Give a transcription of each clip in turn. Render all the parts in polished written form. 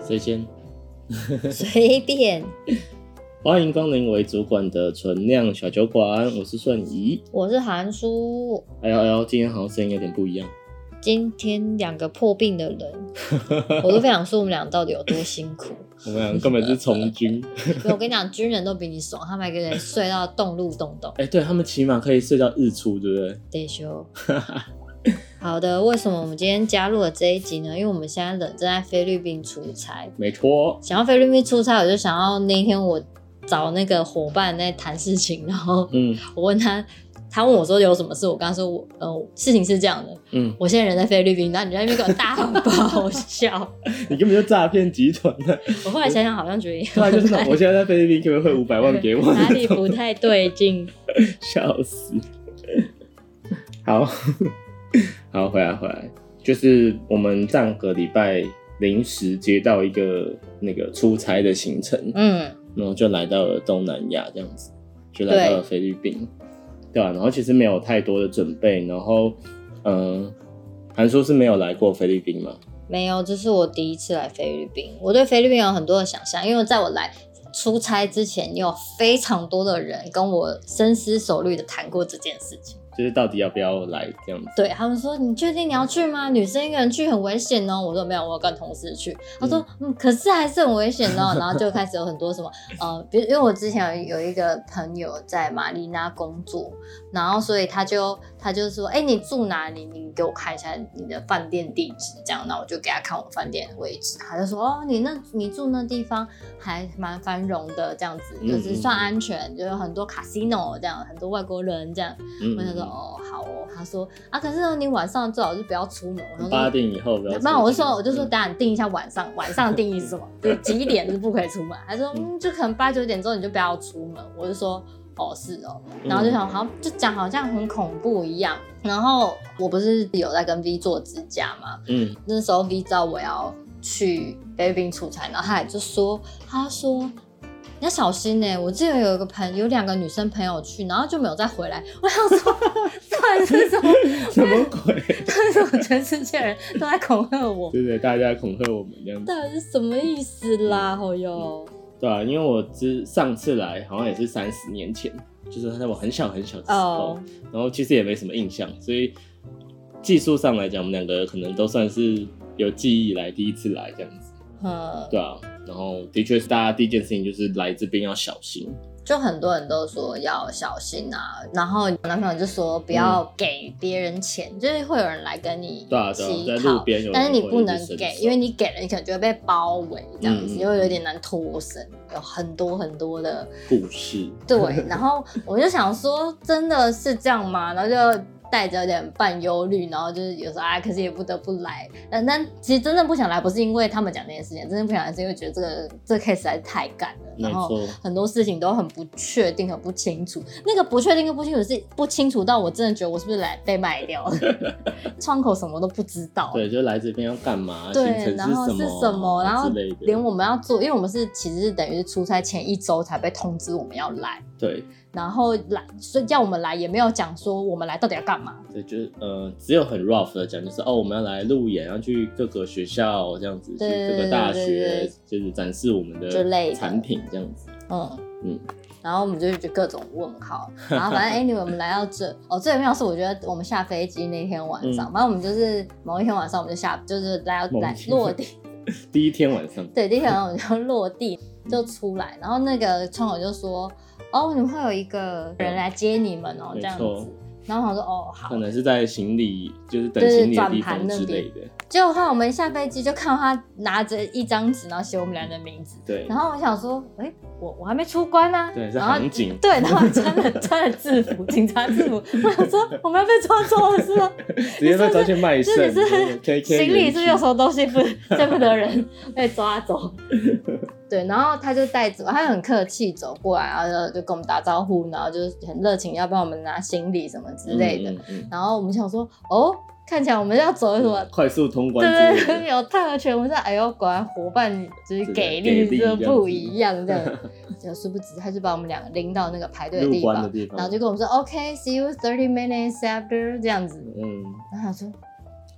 谁先？ 随便。 欢迎光临为主管的纯酿小酒馆，我是顺仪， 我是韩叔。 哎呦，今天好像声音有点不一样。 今天两个破病的人，我都非常说我们俩到底有多辛苦。 我们俩根本是从军。 我跟你讲，军人都比你爽，他们还可以睡到动路动动。 对，他们起码可以睡到日出，对不对？ 对修。好的，为什么我们今天加入了这一集呢？因为我们现在人正在菲律宾出差。 没错。想要菲律宾出差，我就想要那天我找那个伙伴在谈事情，然后我问他。他问我说有什么事，我跟他说事情是这样的，我现在人在菲律宾，然后你在那边给我大爆笑， 你根本就诈骗集团的。 我后来想想好像觉得， 对啊，就是我现在在菲律宾，可不可以汇500万给我？ 哪里不太对劲？ 笑死！好，回来，就是我们上个礼拜临时接到一个那个出差的行程，然后就来到了东南亚，这样子，就来到了菲律宾。对啊，然后其实没有太多的准备，然后韩叔是没有来过菲律宾吗？ 没有，这是我第一次来菲律宾。我对菲律宾有很多的想象，因为在我来出差之前，有非常多的人跟我深思熟虑的谈过这件事情， 就是到底要不要来这样子。 对，他们说你确定你要去吗？女生一个人去很危险哦。我说没有，我要跟同事去。他说可是还是很危险哦。然后就开始有很多什么比如因为我之前有一个朋友在马尼拉工作，然后所以他就说你住哪里？你给我看一下你的饭店地址，这样。那我就给他看我饭店的位置，他就说你住那地方还蛮繁荣的，这样子就是算安全，就有很多 casino 这样，很多外国人这样。我就说好哦。他说可是你晚上最好是不要出门。我说 8点以后不要出门。 那我就说等下你定一下晚上的定义是什么？就几点是不可以出门？他说就可能8、9点之后你就不要出门。我就说是哦，然后就想好像就讲好像很恐怖一样。然后我不是有在跟 V 做指甲嘛，那时候 V 知道我要去菲律宾出差，然后他说你要小心我之前有2个女生朋友去，然后就没有再回来。我想说到底是什么什么鬼？ 为什么全世界人都在恐吓我？ 对，大家在恐吓我们这样子， 到底是什么意思啦？ 对啊，因为我上次来好像也是30年前，就是在我很小的时候，然后其实也没什么印象，所以技术上来讲，我们两个可能都算是有记忆以来第一次来这样子。对啊，然后的确是大家第一件事情就是来这边要小心。 就很多人都说要小心啊，然后我男朋友就说不要给别人钱，就是会有人来跟你乞讨，在路边有人，但是你不能给，因为你给了你可能就会被包围这样子，又有点难脱身，有很多很多的故事。 对，然后我就想说真的是这样吗？然后就带着有点半忧虑，然后就是有时候可是也不得不来。但其实真正不想来不是因为他们讲那件事情，真正不想来是因为觉得这个 case 实在是太赶了，然后很多事情都很不确定、很不清楚。那个不确定跟不清楚是不清楚到我真的觉得我是不是被卖掉了，窗口什么都不知道。对， 就来这边要干嘛？ 对，然后是什么？然后连我们要做，因为我们其实是等于是出差前1周才被通知我们要来。 对。 然后来，所以叫我们来也没有讲说我们来到底要干嘛。 对，就是只有很 rough 的讲，就是我们要来路演，要去各个学校这样子，去各个大学，就是展示我们的产品这样子。 然后我们就各种问号，然后反正anyway我们来到最重要是我觉得我们下飞机那天晚上，反正我们就是某一天晚上我们就是来落地。 第一天晚上。对， 第一天晚上我们就落地就出来，然后那个窗口就说你们会有一个人来接你们这样子。然后我说好， 可能是在行李就是等行李的地方之类的。 结果后来我们下飞机就看到他拿着一张纸，然后写我们俩的名字。 对。 然后我想说，我还没出关啊。 对，是航警。 对，然后穿了制服，警察制服。我想说，我们要被抓走了是吗？ 直接被抓去卖肾。 行李是不是有什么东西见不得人被抓走？对，然后他就带着，他很客气走过来，然后就跟我们打招呼，然后就很热情，要帮我们拿行李什么之类的。然后我们想说，看起来我们要走什么快速通关之类的， 对，有特权。我说，果然伙伴就是给力，就不一样这样。就殊不知，他就把我们两个拎到那个排队的地方，然后就跟我们说 ，OK，see you 30 minutes after 这样子。然后他说，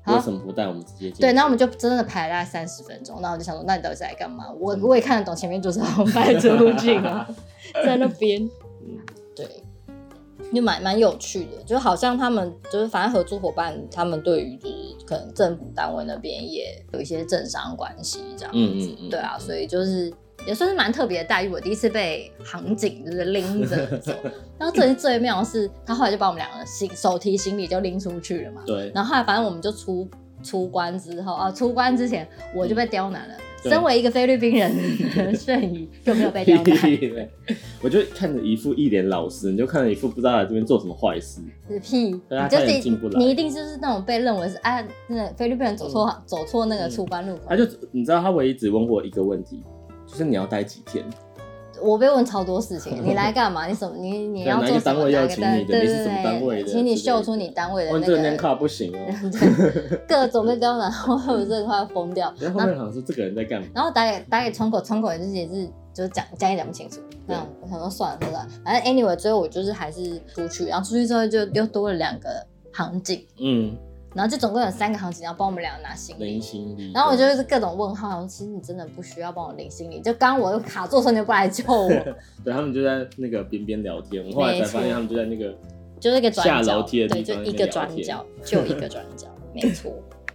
为什么不带我们直接进去？ 对，然后我们就真的排了大概30分钟，然后我就想说，那你到底是来干嘛？我也看得懂前面就是要拍出境啊，在那边，对，就蛮有趣的，就好像他们就是反正合作伙伴，他们对于就是可能政府单位那边也有一些政商关系这样子，对啊，所以就是也算是蛮特别的待遇。我第一次被航警就是拎着走，然后最妙的是，他后来就把我们两个手提行李就拎出去了嘛。 对。 然后后来反正我们就出关之后啊，出关之前我就被刁难了。身为一个菲律宾人的瞬移，就没有被刁难。 我就看着一副一脸老实，你就看着一副不知道来这边做什么坏事。 是屁！你一定就是那种被认为是那菲律宾人走错那个出关入口。 你知道他唯一只问过一个问题，就是你要待几天。 我被问超多事情，你来干嘛？你什么？你要做什么？ 哪个单位要请你的？你是什么单位的？ 请你秀出你单位的那个。 这年卡不行哦。 各种被刁难，然后我真的快要疯掉。 然后后面好像是这个人在干嘛？ 然后打给窗口也是就是讲也讲不清楚。那我想说算了，反正 anyway 最后我就是还是出去，然后出去之后就又多了2个航警。然后就总共有3个航警要帮我们俩拿行李， 拎行李。 然后我就是各种问号，我说其实你真的不需要帮我拎行李，就刚我卡座的时候你就不来救我。 对，他们就在那个边边聊天，我后来才发现他们就在那个就是一个转角， 下楼梯的地方， 对，就一个转角，就一个转角，没错。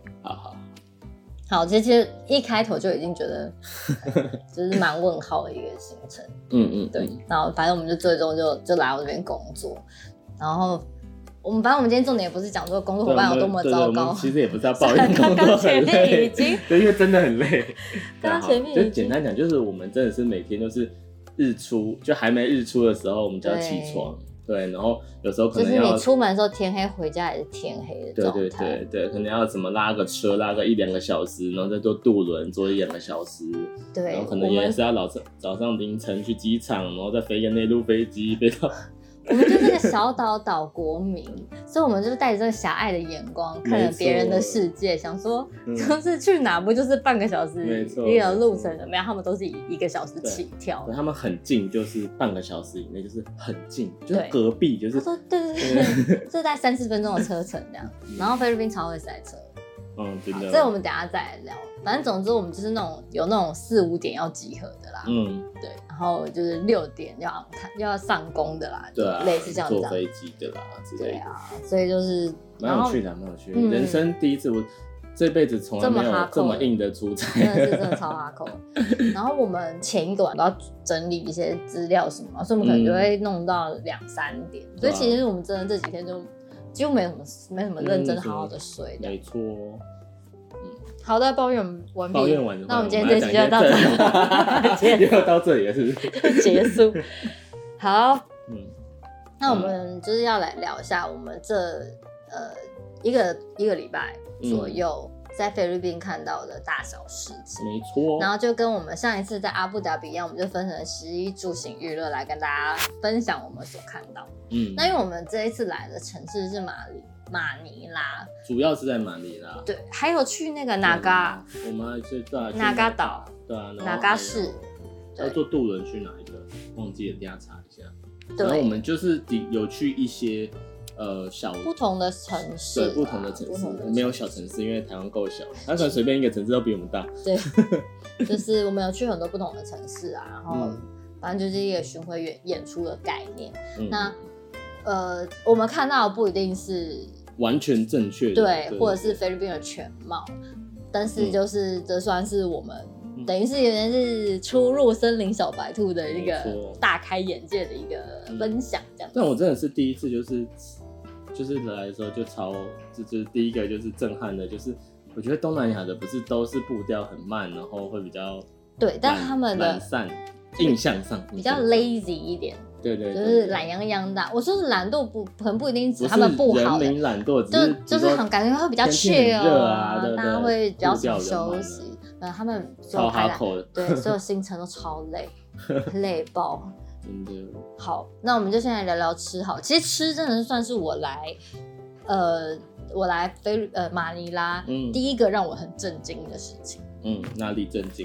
好，其实一开头就已经觉得就是蛮问号的一个行程。对。然后反正我们就最终就来我这边工作，然后。反正我们今天重点也不是讲说工作伙伴有多么糟糕， 其实也不是要抱怨工作很累，对，因为真的很累。 刚前面就简单讲，就是我们真的是每天都是日出，就还没日出的时候我们就要起床，对，然后有时候可能就是你出门的时候天黑，回家也是天黑的状态， 对，可能要怎么拉个车拉个1-2个小时，然后再坐渡轮坐1-2个小时， 对， 然后可能也是要早上凌晨去机场，然后再飞个内陆飞机飞到。 我们就是个小岛国民，所以我们就是带着这个狭隘的眼光看着别人的世界，想说就是去哪不就是半个小时一个路程的，没有，他们都是以1个小时起跳， 他们很近，就是半个小时以内，就是很近，就是隔壁，就是他说对，这大概30分钟的车程这样，然后菲律宾超会塞车。 真的。 所以我们等一下再来聊。反正总之我们就是有那种4-5点要集合的啦，对，然后就是6点要上工的啦， 对啊， 类似像这样坐飞机的啦之类的。 对啊，所以就是蛮有趣的，人生第一次，我这辈子从来没有这么硬的出差， 真的超哈扣。然后我们前一个晚都要整理一些资料什么，所以我们可能就会弄到2-3点，所以其实我们真的这几天就几乎没什么认真好好的睡。 没错。 好的，抱怨完毕。那我们今天这期就到这里， 又到这里了，是不是？ 结束。好，那我们就是要来聊一下我们这一个礼拜左右在菲律宾看到的大小事情。 没错。 然后就跟我们上一次在阿布达比一样，我们就分成11住行娱乐来跟大家分享我们所看到。那因为我们这一次来的城市是马尼拉， 主要是在马尼拉， 对，还有去那个纳嘎， 我们还是在纳嘎岛， 对啊， 纳嘎市， 要坐渡轮去哪一个？忘记了，等一下查一下。然后我们就是有去一些不同的城市， 对，不同的城市，没有小城市，因为台湾够小，它可能随便一个城市都比我们大。 对，就是我们有去很多不同的城市啊，然后反正就是一个巡回演出的概念。那我们看到的不一定是完全正确的， 对，或者是菲律宾的全貌，但是就是这算是我们等于是有点是初入森林小白兔的一个大开眼界的一个分享，这样。 但我真的是第一次，就是来的时候就是第一个就是震撼的，就是我觉得东南亚的不是都是步调很慢，然后会比较对，但是他们的懒散，印象上比较 lazy 一点。 对， 就是懒洋洋的。我说是懒惰可能不一定指他们不好的， 人民懒惰， 就是很感觉会比较 chill 啊， 大家会比较想休息。他们超哈口的， 对，所有行程都超累，累爆。 真的。 好，那我们就先来聊聊吃好。其实吃真的算是我来马尼拉第一个让我很震惊的事情。 哪里震惊？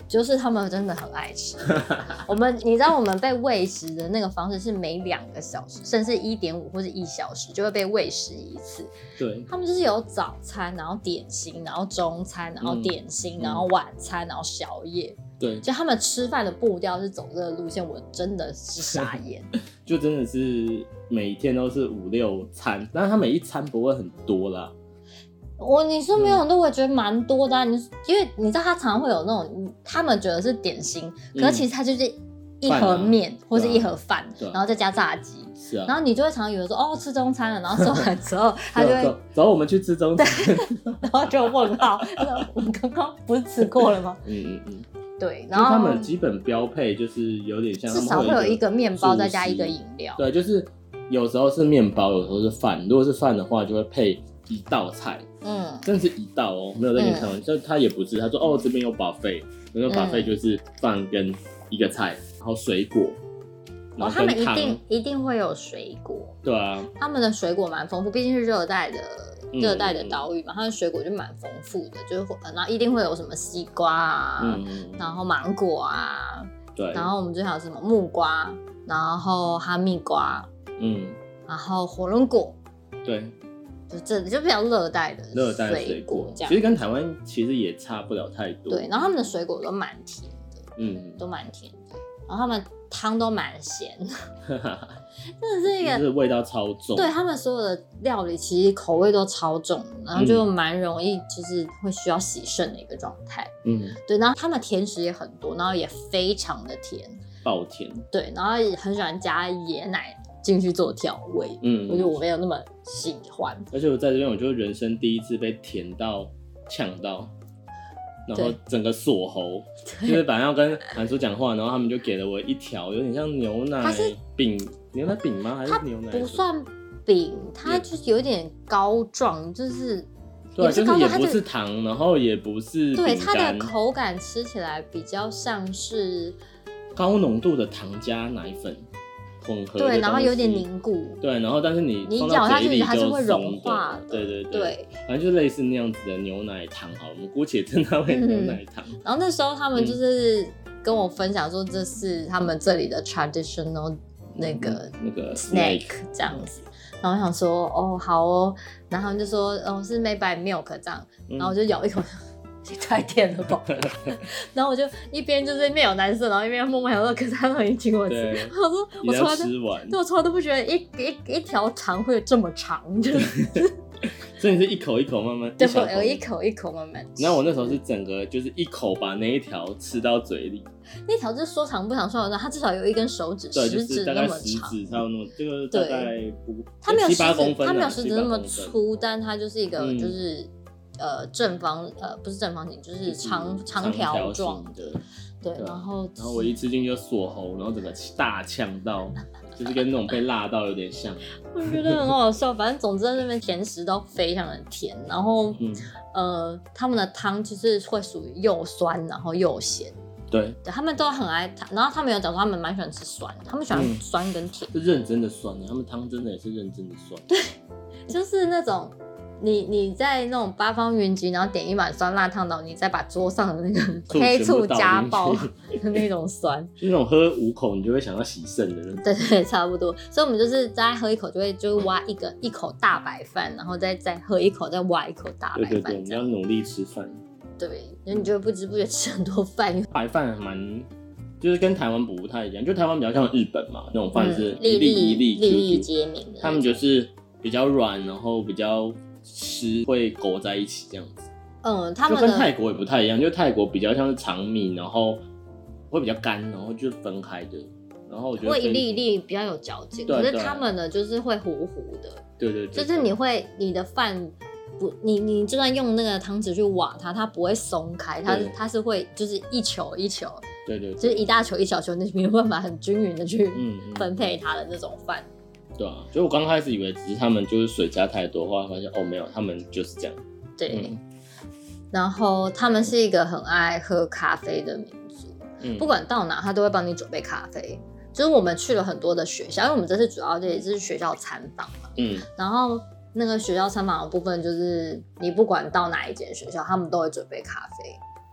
就是他们真的很爱吃。你知道我们被喂食的那个方式是每2个小时，甚至1.5或是1小时就会被喂食一次。 对， 他们就是有早餐，然后点心，然后中餐，然后点心，然后晚餐，然后宵夜。 对， 就他们吃饭的步调是走这个路线，我真的是傻眼。 就真的是每天都是5、6餐，但是他每一餐不会很多啦。 你说没有很多，我也觉得蛮多的因为你知道他常常会有那种他们觉得是点心，可是其实他就是一盒面或是一盒饭，然后再加炸鸡。 是啊， 然后你就会常常以为说吃中餐了，然后吃完之后他就会走我们去吃中餐， 然后就问号，我们刚刚不是吃过了吗？对，然后他们基本标配就是有点像， 至少会有一个面包再加一个饮料。 对，就是有时候是面包，有时候是饭。如果是饭的话，就会配1道菜，真的是1道哦，没有在跟你开玩笑。他也不是，他说这边有 buffet， 那个 buffet 就是饭跟一个菜，然后水果。 他们一定会有水果。 对啊， 他们的水果蛮丰富，毕竟是热带的岛屿嘛，它的水果就蛮丰富的，就是然后一定会有什么西瓜啊，然后芒果啊， 对， 然后我们最好是什么木瓜，然后哈密瓜，然后火龙果， 对， 就比较热带的水果这样。 其实跟台湾其实也差不了太多。 对，然后他们的水果都蛮甜的，都蛮甜的，然后他们汤都蛮咸，真的是一个就是味道超重。 对，他们所有的料理其实口味都超重，然后就蛮容易就是会需要洗肾的一个状态。对，然后他们甜食也很多，然后也非常的甜， 爆甜。对， 然后也很喜欢加椰奶进去做调味。我觉得我没有那么喜欢。 而且我在这边，我就人生第一次被甜到呛到。然后整个锁喉，就是本来要跟韩叔讲话，然后他们就给了我一条有点像牛奶饼，牛奶饼吗？还是牛奶？它不算饼，它就是有点膏状，就是对，就是也不是糖，然后也不是对，它的口感吃起来比较像是高浓度的糖加奶粉混合的， 对，然后有点凝固， 对，然后但是你咬下去它是会融化的， 对，反正就类似那样子的牛奶糖，好，我们姑且称它为牛奶糖。 然后那时候他们就是跟我分享说，这是他们这里的 traditional 那个 snack 这样子。然后我想说，好哦，然后他们就说，是 made by milk 这样，然后我就咬一口。也太甜了吧！然后我就一边就是面有难色，然后一边默默想说，可是他们已经请我吃。我说我从来都不觉得一条肠会这么长， 所以你是一口一口慢慢， 对，我一口一口慢慢吃。 然后我那时候是整个就是一口把那一条吃到嘴里。 那条就是说长不长，说短不短，它至少有一根手指， 对， 食指那么长， 食指差不多那么，这个大概它没有 7-8公分， 它没有食指那么粗，但它就是一个就是正方不是正方形，就是长条状的。对，然后我一吃进去就锁喉，然后整个大呛到，就是跟那种被辣到有点像。 我觉得很好笑，反正总之在那边甜食都非常的甜，然后他们的汤就是会属于又酸然后又咸。 对， 他们都很爱汤，然后他们有讲说他们蛮喜欢吃酸，他们喜欢酸跟甜， 是认真的酸，他们汤真的也是认真的酸。 对，就是那种。你在那种八方云集，然后点一碗酸辣汤，然后你再把桌上的那个黑醋加爆的那种酸， 就那种喝5口你就会想要洗肾的人。 对，差不多。所以我们就是再喝一口就挖一口大白饭，然后再喝一口，再挖一口大白饭。 对，你要努力吃饭。 对，你就会不知不觉吃很多饭。 白饭就是跟台湾不太一样，就台湾比较像日本嘛，那种饭是一粒皆鸣的， 他们就是比较软，然后比较。吃会勾在一起这样子， 他们就跟泰国也不太一样，就泰国比较像是长米，然后会比较干，然后就分开的，然后我觉得会一粒一粒比较有嚼劲，可是他们的就是会糊糊的， 对， 就是你的饭不，你就算用那个汤匙去挖它，它不会松开，它是会就是一球一球， 对， 就是一大球一小球，你没有办法很均匀的去分配它的那种饭。 对啊，所以我刚开始以为只是他们就是水加太多，后来发现没有，他们就是这样。 对，然后他们是一个很爱喝咖啡的民族，不管到哪他都会帮你准备咖啡。就是我们去了很多的学校，因为我们这次主要也是学校参访嘛，然后那个学校参访的部分就是你不管到哪一间学校，他们都会准备咖啡。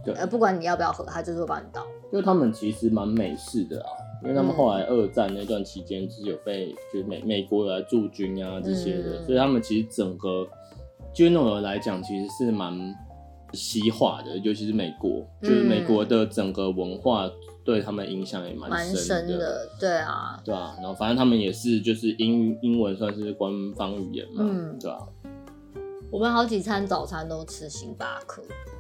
对， 不管你要不要喝，他就是会帮你倒。 就他们其实蛮美式的啊，因为他们后来二战那段期间是有被就是美国来驻军啊这些的，所以他们其实整个就那种来讲，其实是蛮西化的，尤其是美国，就是美国的整个文化对他们影响也蛮深的， 对啊， 对啊，然后反正他们也是就是英文算是官方语言嘛，对啊。 我们好几餐早餐都吃星巴克，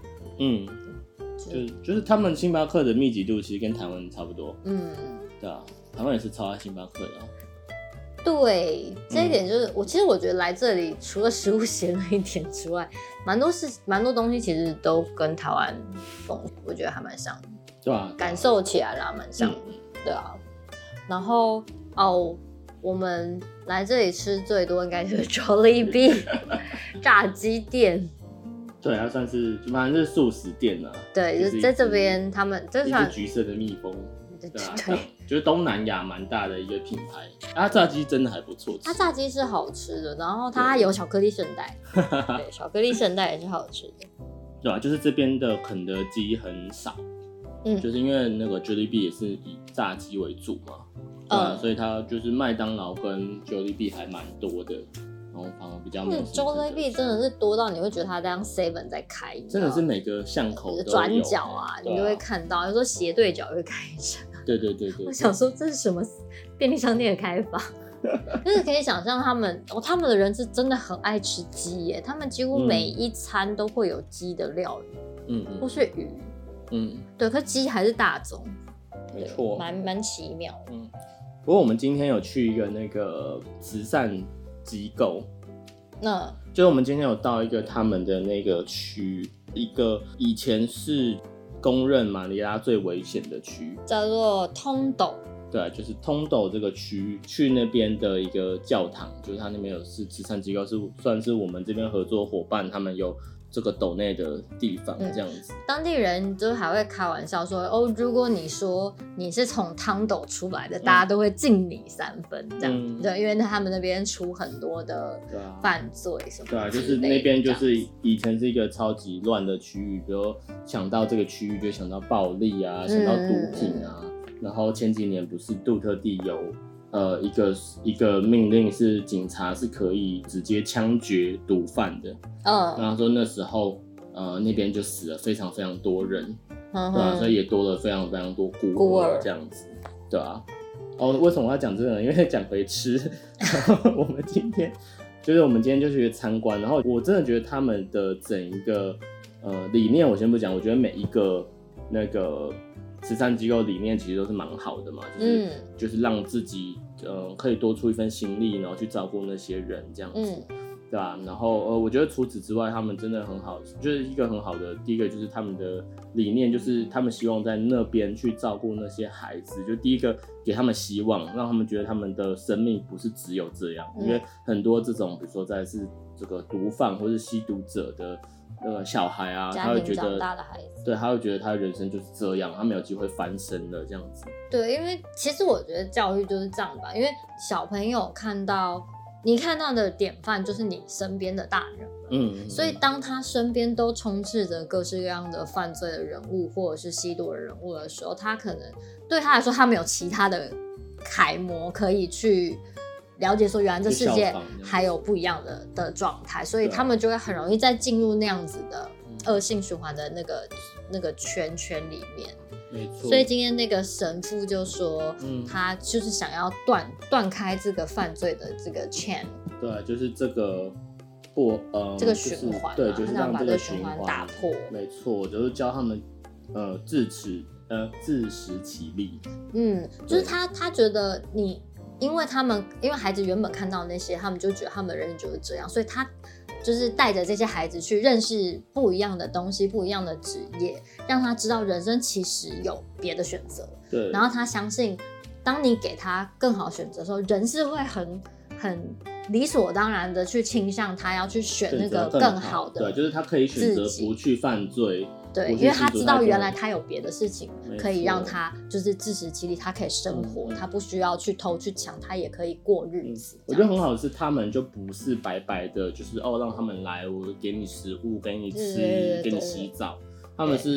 就是他们星巴克的密集度其实跟台湾差不多，对啊，台湾也是超爱星巴克的啊。 对，这一点就是其实我觉得来这里除了食物咸了一点之外，蛮多东西其实都跟台湾风我觉得还蛮像的， 对啊， 感受起来啦蛮像的，对啊。然后我们来这里吃最多应该就是 Jollibee 炸鸡店。 对，它算是反正是素食店啊。 对，就是在这边他们这是橘色的蜜蜂。对，就是东南亚蛮大的一个品牌。它炸鸡真的还不错吃。 它炸鸡是好吃的，然后它有巧克力圣代，对，巧克力圣代也是好吃的。 对啊，就是这边的肯德基很少，就是因为那个 Jollibee 也是以炸鸡为主嘛。对啊，所以它就是麦当劳跟 Jollibee 还蛮多的，然后反而比较没有。 Jollibee 真的是多到你会觉得它当 Seven 在开， 真的是每个巷口都有转角啊，你就会看到，有时候斜对角会开一家。 对， 我想说这是什么便利商店的开法？就是可以想象他们的人是真的很爱吃鸡耶，他们几乎每一餐都会有鸡的料理，或是鱼，对，可鸡还是大宗， 没错， 蛮奇妙的。 不过我们今天有去一个那个慈善机构，就是我们今天有到一个他们的那个区，一个以前是公认马尼拉最危险的区， 叫做通斗。 对，就是通斗这个区，去那边的一个教堂，就是他那边有是慈善机构，是算是我们这边合作伙伴，他们有这个斗内的地方这样子。 当地人就还会开玩笑说，如果你说你是从汤斗出来的，大家都会敬你3分这样子。对，因为他们那边出很多的犯罪什么的。 对啊，就是那边就是以前是一个超级乱的区域，比如想到这个区域就想到暴力啊，想到毒品啊。然后前几年不是杜特地有一个命令是警察是可以直接枪决毒贩的，然后说那时候那边就死了非常非常多人，对啊，所以也多了非常非常多孤儿这样子，对啊。为什么我要讲这个呢？因为讲回吃，我们今天就去参观，然后我真的觉得他们的整一个理念我先不讲，我觉得每一个那个慈善机构理念其实都是蛮好的嘛，就是让自己可以多出一份心力，然后去照顾那些人这样子，对吧？然后我觉得除此之外，他们真的很好，就是一个很好的第一个就是他们的理念，就是他们希望在那边去照顾那些孩子，就第一个给他们希望，让他们觉得他们的生命不是只有这样，因为很多这种比如说在是这个毒贩或是吸毒者的小孩啊，他会觉得大的孩子， 对，他会觉得他的人生就是这样，他没有机会翻身了这样子。 对，因为其实我觉得教育就是这样吧，因为小朋友你看到的典范就是你身边的大人，所以当他身边都充斥着各式各样的犯罪的人物或者是吸毒的人物的时候，他可能对他来说，他没有其他的楷模可以去了解说，原来这世界还有不一样的状态，所以他们就会很容易再进入那样子的恶性循环的那个圈里面。 没错。 所以今天那个神父就说，他就是想要断开这个犯罪的这个 chain。对， 就是这个这个循环， 对，就是让这个循环打破。 没错，就是教他们自食其力。 就是他觉得因为孩子原本看到那些，他们就觉得他们的人生就是这样，所以他就是带着这些孩子去认识不一样的东西，不一样的职业，让他知道人生其实有别的选择。 对， 然后他相信，当你给他更好选择的时候，人是会很理所当然的去倾向他要去选那个更好的， 对，就是他可以选择不去犯罪。 对，因为他知道原来他有别的事情可以让他就是自食其力，他可以生活，他不需要去偷去抢，他也可以过日子。 我觉得很好的是，他们就不是白白的，就是让他们来，我给你食物，给你吃，给你洗澡，他们是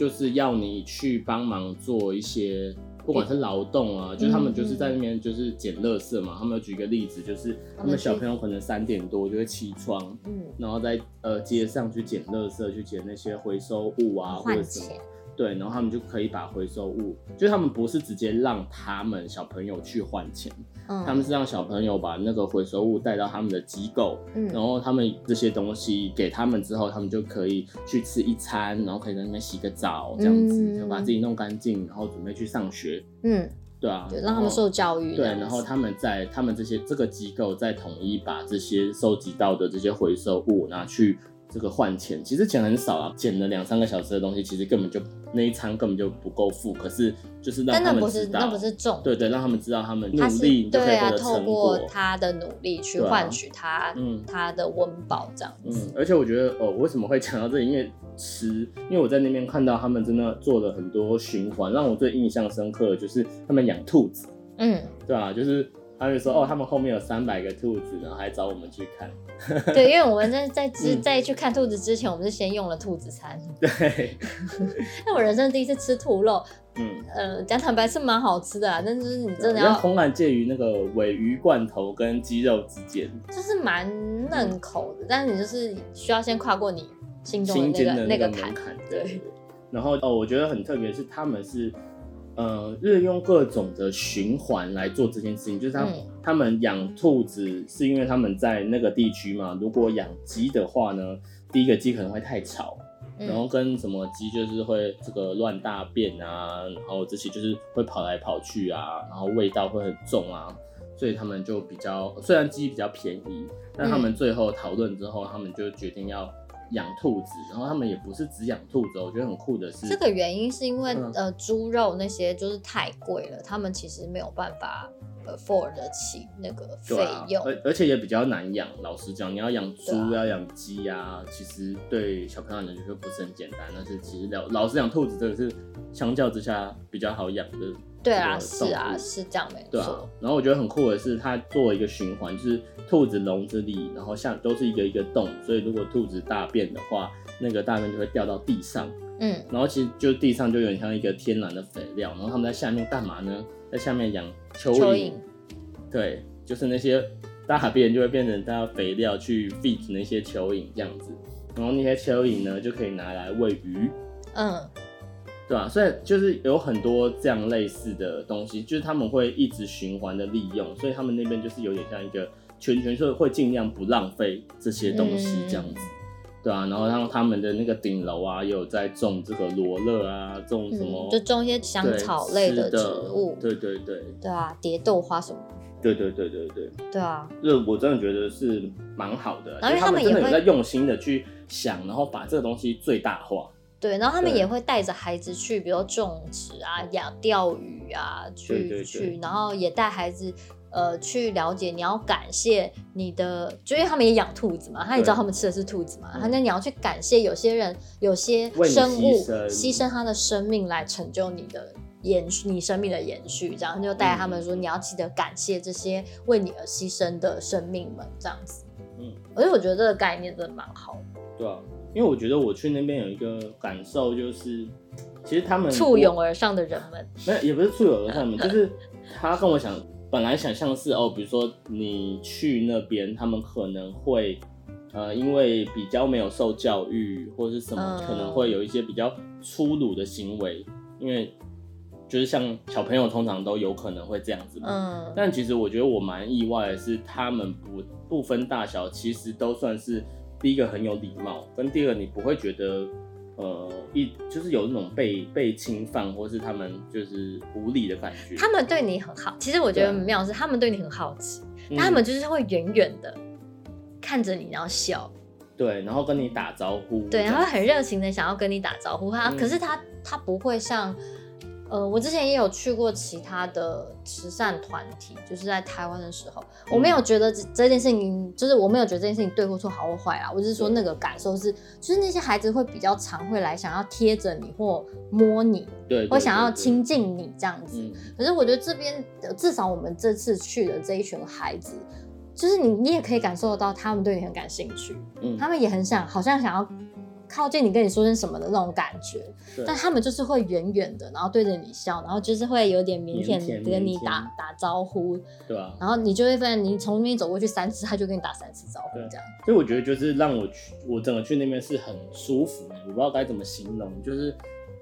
就是要你去帮忙做一些。不管是劳动啊，就是他们就是在那边就是捡垃圾嘛。他们有举一个例子，就是他们小朋友可能3点多就会起床，然后在街上去捡垃圾，去捡那些回收物啊，或者什么。对，然后他们就可以把回收物，就是他们不是直接让他们小朋友去换钱，他们是让小朋友把那个回收物带到他们的机构，然后他们这些东西给他们之后，他们就可以去吃一餐，然后可以在那边洗个澡，这样子就把自己弄干净，然后准备去上学。对啊， 对，让他们受教育。 对，然后他们这个机构再统一把这些收集到的这些回收物拿去这个换钱，其实钱很少啊，捡了2-3个小时的东西，其实根本就那一餐根本就不够付。可是就是让他们知道， 那不是重点， 对，让他们知道他们努力就可以获得成果。 透过他的努力去换取他的温饱这样子。 而且我觉得为什么会讲到这里？因为我在那边看到他们真的做了很多循环，让我最印象深刻的就是他们养兔子。对啊，就是他就说他们后面有300个兔子，然后还找我们去看。 对，因为我们在去看兔子之前，我们是先用了兔子餐。 对， 那我人生第一次吃兔肉，讲坦白是蛮好吃的啦，但是你真的要口感介于那个鲔鱼罐头跟鸡肉之间， 就是蛮嫩口的，但是你就是需要先跨过你心中的那个坎。对。 然后我觉得很特别是他们是利用各种的循环来做这件事情，就是他们养兔子是因为他们在那个地区嘛，如果养鸡的话呢，第一个鸡可能会太吵，然后跟什么鸡就是会这个乱大便啊，然后这些就是会跑来跑去啊，然后味道会很重啊，所以他们就比较，虽然鸡比较便宜，但他们最后讨论之后，他们就决定要养兔子，然后他们也不是只养兔子，我觉得很酷的是， 这个原因是因为猪肉那些就是太贵了，他们其实没有办法afford 得起那个费用， 而且也比较难养。老实讲，你要养猪、要养鸡啊，其实对小朋友来讲就不是很简单。但是其实老实讲，兔子这个是相较之下比较好养的。 对啊，是啊，是这样没错。 对啊，然后我觉得很酷的是，它做了一个循环，就是兔子笼子里，然后像都是一个一个洞，所以如果兔子大便的话，那个大便就会掉到地上。然后其实就地上就有点像一个天然的肥料，然后他们在下面干嘛呢？在下面养蚯蚓。对，就是那些大便就会变成它肥料去 feed 那些蚯蚓这样子，然后那些蚯蚓呢就可以拿来喂鱼。对吧？所以就是有很多这样类似的东西，就是他们会一直循环的利用，所以他们那边就是有点像一个圈，所以会尽量不浪费这些东西这样子，对啊。然后他们的那个顶楼啊，也有在种这个罗勒啊，种什么， 就种一些香草类的植物， 对啊，蝶豆花什么， 对啊， 这我真的觉得是蛮好的， 然后他们真的有在用心的去想，然后把这个东西最大化。 对，然后他们也会带着孩子去，比如种植啊、钓鱼啊，去，然后也带孩子去了解，你要感谢你的，就因为他们也养兔子嘛，他也知道他们吃的是兔子嘛，那你要去感谢有些人、有些生物牺牲他的生命来成就你的你生命的延续，这样就带他们说，你要记得感谢这些为你而牺牲的生命们，这样子。而且我觉得这个概念真的蛮好的。对啊。 因为我觉得我去那边有一个感受，就是其实他们簇拥而上的人们， 也不是簇拥而上的人，就是他跟我本来想象是比如说你去那边，他们可能会因为比较没有受教育或是什么，可能会有一些比较粗鲁的行为，因为就是像小朋友通常都有可能会这样子嘛。但其实我觉得我蛮意外的是，他们不分大小，其实都算是。第一个很有礼貌，跟第二个你不会觉得，就是有那种被侵犯，或是他们就是无理的感觉。 他们对你很好，其实我觉得很妙的是，他们对你很好奇，但他们就是会远远的看着你，然后笑， 对，然后跟你打招呼， 对，然后很热情的想要跟你打招呼。可是他不会像。我之前也有去过其他的慈善团体，就是在台湾的时候，我没有觉得这件事情，就是我没有觉得这件事情对或错、好或坏啦。我只是说那个感受是，就是那些孩子会比较常会来想要贴着你或摸你， 对， 或想要亲近你这样子。可是我觉得这边至少我们这次去的这一群孩子，就是你也可以感受得到他们对你很感兴趣，他们也很好像想要靠近你跟你说声什么的那种感觉，但他们就是会远远的，然后对着你笑，然后就是会有点腼腆的跟你打招呼， 对啊， 然后你就会发现你从那边走过去3次，他就跟你打3次招呼这样。 所以我觉得就是让我整个去那边是很舒服的，我不知道该怎么形容，就是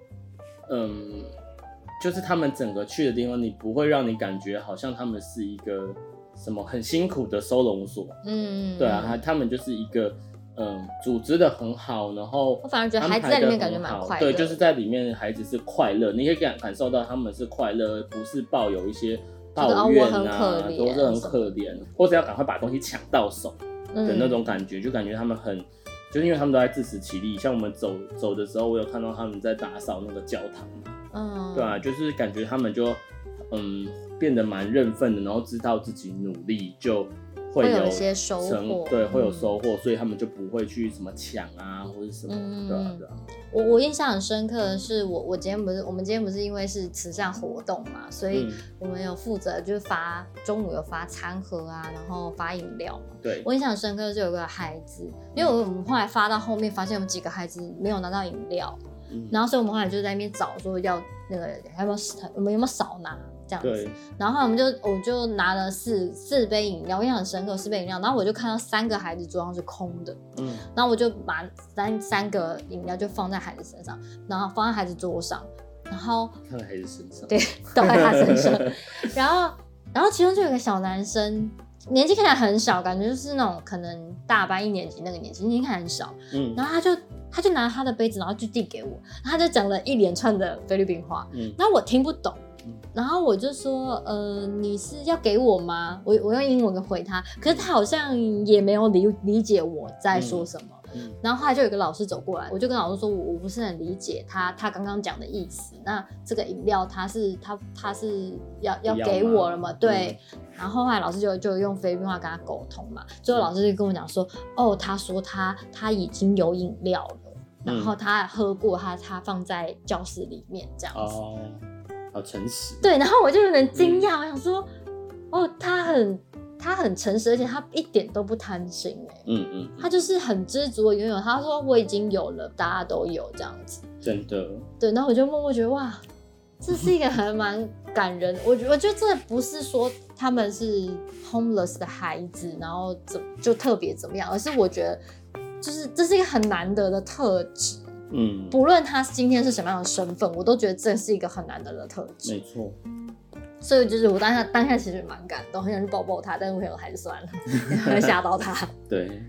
就是他们整个去的地方，你不会让你感觉好像他们是一个什么很辛苦的收容所，对啊，他们就是一个组织的很好，然后我反而觉得孩子在里面感觉蛮快乐， 对，就是在里面孩子是快乐，你可以感受到他们是快乐，不是抱有一些抱怨啊，都是很可怜，或者要赶快把东西抢到手的那种感觉，就感觉他们就是因为他们都在自食其力，像我们走的时候，我有看到他们在打扫那个教堂，对啊，就是感觉他们就变得蛮认份的，然后知道自己努力就会有一些收获， 对，会有收获，所以他们就不会去什么抢啊或者什么，对啊。 我印象很深刻的是，我们今天不是因为是慈善活动嘛，所以我们有负责就是中午有发餐盒啊，然后发饮料嘛。 对， 我印象很深刻的是有个孩子，因为我们后来发到后面发现有几个孩子没有拿到饮料，然后所以我们后来就在那边找说要那个有没有少拿。这样子，然后我就拿了四杯饮料，我印象很深刻，4杯饮料，然后我就看到3个孩子桌上是空的，然后我就把三个饮料就放在孩子身上，然后放在孩子桌上，然后放在孩子身上， 对，倒在他身上，然后其中就有个小男生，年纪看起来很小，感觉就是那种可能大班1年级那个年纪，年纪看起来很小，然后他就拿他的杯子，然后就递给我，他就讲了一连串的菲律宾话，然后我听不懂。然后我就说，你是要给我吗？我用英文回他，可是他好像也没有理解我在说什么。然后后来就有个老师走过来，我就跟老师说，我不是很理解他刚刚讲的意思。那这个饮料他是要给我了吗？对。然后后来老师就用菲律宾话跟他沟通嘛。最后老师就跟我讲说，他说他已经有饮料了，然后他喝过，他放在教室里面这样子。 好诚实， 对，然后我就有点惊讶，我想说，他很诚实，而且他一点都不贪心他就是很知足的拥有。他说我已经有了，大家都有这样子， 真的。对， 然后我就默默觉得哇，这是一个还蛮感人的。我觉得这不是说他们是 homeless 的孩子，然后就特别怎么样，而是我觉得就是这是一个很难得的特质。不论他今天是什么样的身份，我都觉得这是一个很难得的特质。 没错。 所以就是我当下其实蛮感动，很想去抱抱他，但是我还是算了，会吓到他。对，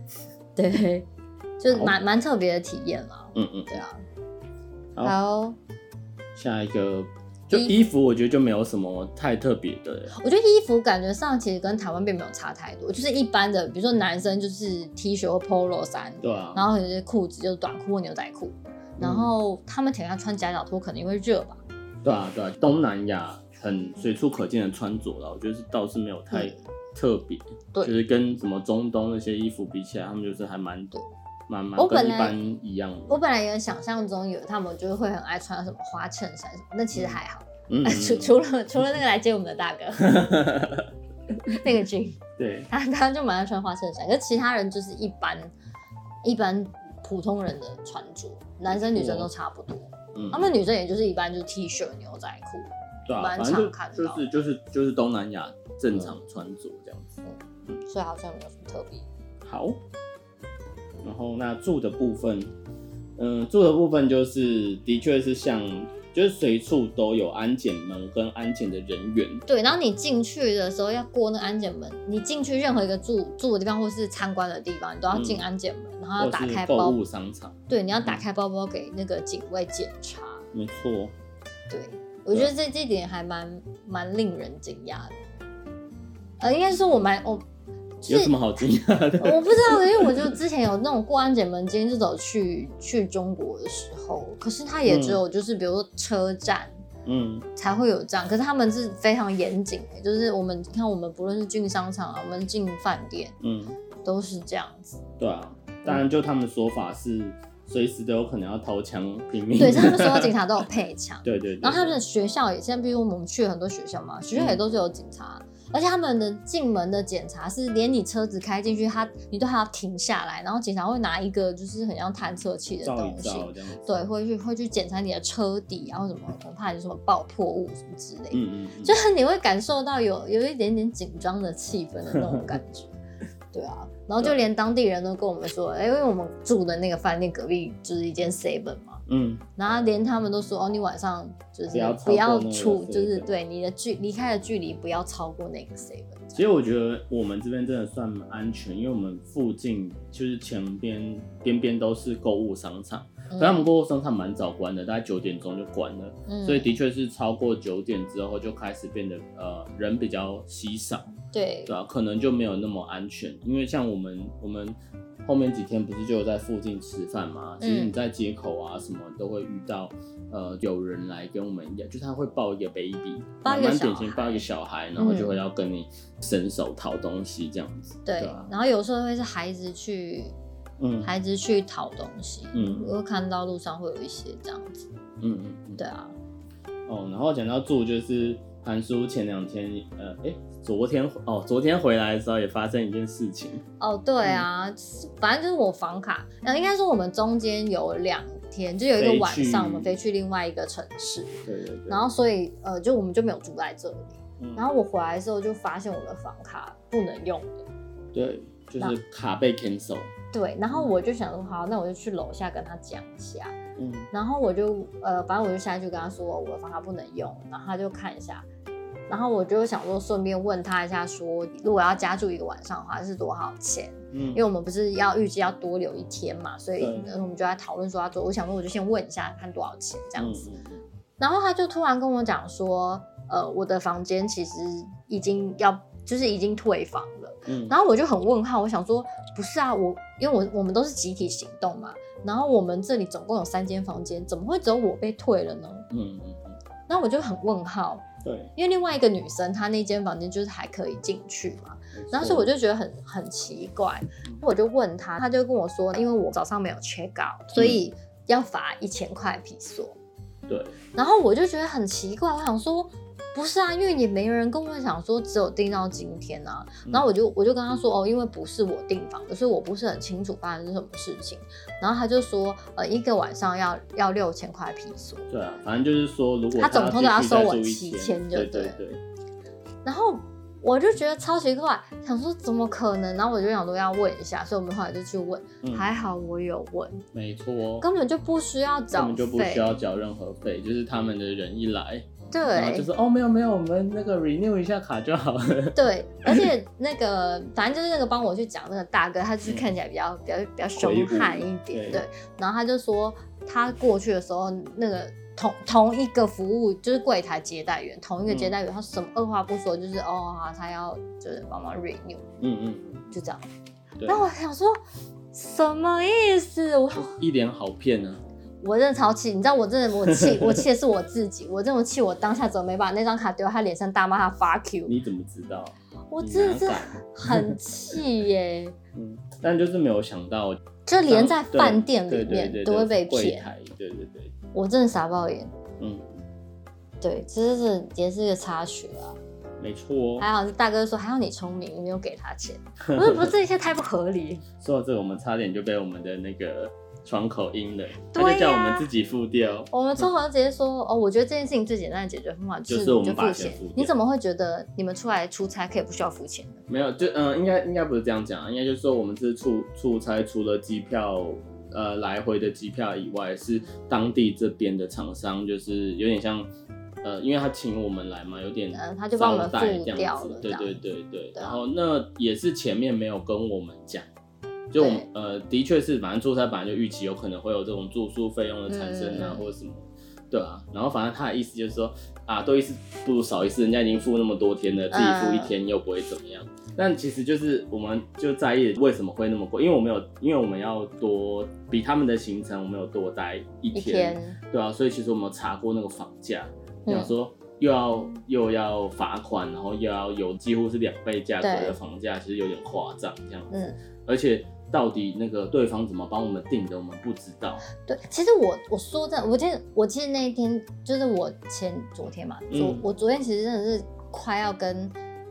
就是蛮特别的体验啦。对啊。好， 下一个。就衣服，我觉得就没有什么太特别的。 我觉得衣服感觉上其实跟台湾并没有差太多，就是一般的，比如说男生就是 T 恤或 Polo 衫， 对啊， 然后有些裤子就是短裤或牛仔裤，然后他们可能要穿夹脚拖，可能因为热吧。 对啊，东南亚很随处可见的穿着啦，我觉得倒是没有太特别，就是跟什么中东那些衣服比起来，他们就是还蛮跟一般一样的。 我本来也想象中他们就是会很爱穿什么花衬衫什么，但其实还好。除了那个来接我们的大哥，那个Jin，对，他就蛮爱穿花衬衫，可是其他人就是一般普通人的穿着，男生女生都差不多。他们女生也就是一般就是 T 恤牛仔裤， 对啊，蛮常看到，就是东南亚正常穿着这样子。 所以好像没有什么特别。 好。然后那住的部分，就是的确是就是随处都有安检门跟安检的人员。对， 然后你进去的时候要过那个安检门，你进去任何一个住的地方或是参观的地方，你都要进安检门，然后要打开购物商场。对， 你要打开包包给那个警卫检查。 没错。 对，我觉得这一点还蛮令人惊讶的。应该说有什么好惊讶的？ 我不知道，因为我就之前有那种过安检门，今天就走去中国的时候，可是它也只有就是比如说车站，才会有这样。可是他们是非常严谨的，就是我们不论是进商场啊，我们进饭店，都是这样子。 对啊，当然就他们说法是随时都有可能要掏枪拼命。 对，他们所有警察都有配枪。 对。 然后他们的学校也，现在比如我们去了很多学校嘛，学校也都是有警察。 而且他们的进门的检查是连你车子开进去，你都还要停下来，然后警察会拿一个就是很像探测器的东西， 照一照这样子， 对，会去检查你的车底，然后什么怕你什么爆破物什么之类的， 就是你会感受到有一点点紧张的气氛的那种感觉。对啊，然后就连当地人都跟我们说，因为我们住的那个饭店隔壁就是一间 Seven 嘛，然后连他们都说，你晚上就是不要出，就是对你的离开的距离不要超过那个 Seven。 其实我觉得我们这边真的算安全，因为我们附近就是前边都是购物商场，可他们购物商场蛮早关的，大概9点钟就关了，所以的确是超过9点之后就开始变得人比较稀少。 对啊，可能就没有那么安全，因为像我们后面几天不是就有在附近吃饭嘛？其实你在街口啊什么都会遇到，有人来跟我们一样，就是他会抱一个 baby， 蛮典型抱一个小孩，然后就会要跟你伸手讨东西这样子。 对，然后有时候会是孩子去讨东西，我会看到路上会有一些这样子。对啊。 然后讲到住就是韩叔前2天，昨天回来的时候也发生一件事情。对啊，反正就是我房卡，应该说我们中间有2天，就有一个晚上我们飞去另外一个城市， 对， 然后所以就我们就没有住在这里，然后我回来的时候就发现我的房卡不能用了， 对，就是卡被 cancel。 对，然后我就想说好，那我就去楼下跟他讲一下，然后我就反正我就下去跟他说我的房卡不能用，然后他就看一下。然后我就想说，顺便问他一下说，如果要加住1个晚上的话是多少钱？因为我们不是预计要多留1天嘛，所以我们就在讨论说要做。我想说，我就先问一下看多少钱这样子。然后他就突然跟我讲说，我的房间其实已经退房了。然后我就很问号，我想说，不是啊，因为我们都是集体行动嘛，然后我们这里总共有3间房间，怎么会只有我被退了呢？那我就很问号。 对， 因为另外一个女生她那间房间就是还可以进去嘛，然后所以我就觉得很奇怪，我就问她，她就跟我说，因为我早上没有 check out， 所以要罚1000块披索。 对， 然后我就觉得很奇怪，我想说不是啊，因为也没人跟我讲说只有订到今天啊，然后我就跟他说因为不是我订房的，所以我不是很清楚发生是什么事情。然后他就说1个晚上要6000块披索。对啊，反正就是说如果他总共都要收我7000，就对。然后我就觉得超奇怪，想说怎么可能？然后我就想说要问一下，所以我们后来就去问，还好我有问， 没错， 根本就不需要缴任何费，就是他们的人一来。 对， 然后就说没有，我们那个 renew 一下卡就好了。 对，而且那个反正就是那个帮我去讲那个大哥，他就是看起来比较凶悍一点，对。然后他就说他过去的时候，那个同一个服务就是柜台接待员，同一个接待员，他什么二话不说就是他要就是帮忙 renew，就这样。然后我想说什么意思？我一脸好骗啊！ 我真的超气，你知道我气的是我自己，我这么气，我当下怎么没把那张卡丢在他脸上大骂他 fuck you？ 你怎么知道？ 我真的是很气耶。 但就是没有想到， 就连在饭店里面都会被骗。 对， 我真的傻爆眼。对，这是也是一个插曲啊。 没错， 还好大哥说还好你聪明，你没有给他钱。不是这一切太不合理。 说到这个，我们差点就被我们的那个窗口阴了，他就叫我们自己付掉。 我们窗口就直接说我觉得这件事情最简单的解决方法就是我们把钱付掉。你怎么会觉得你们出来出差可以不需要付钱呢？ 没有，就应该不是这样讲，应该就是说我们是出差，除了机票来回的机票以外，是当地这边的厂商，就是有点像因为他请我们来嘛，有点他就帮我们付掉了，对。然后那也是前面没有跟我们讲。就我们的确是，反正出差本来就预期有可能会有这种住宿费用的产生啊，或者什么，对啊。然后反正他的意思就是说多一事不如少一事，人家已经付那么多天了，自己付1天又不会怎么样。但其实就是我们就在意为什么会那么贵，因为我们要多比他们的行程，我们有多待1天，对啊。所以其实我们有查过那个房价，想说又要罚款，然后又要有几乎是2倍价格的房价，其实有点夸张这样子，而且。到底那个对方怎么帮我们订的，我们不知道。 对，其实我说真的，我记得那一天就是我昨天嘛，我昨天其实真的是快要跟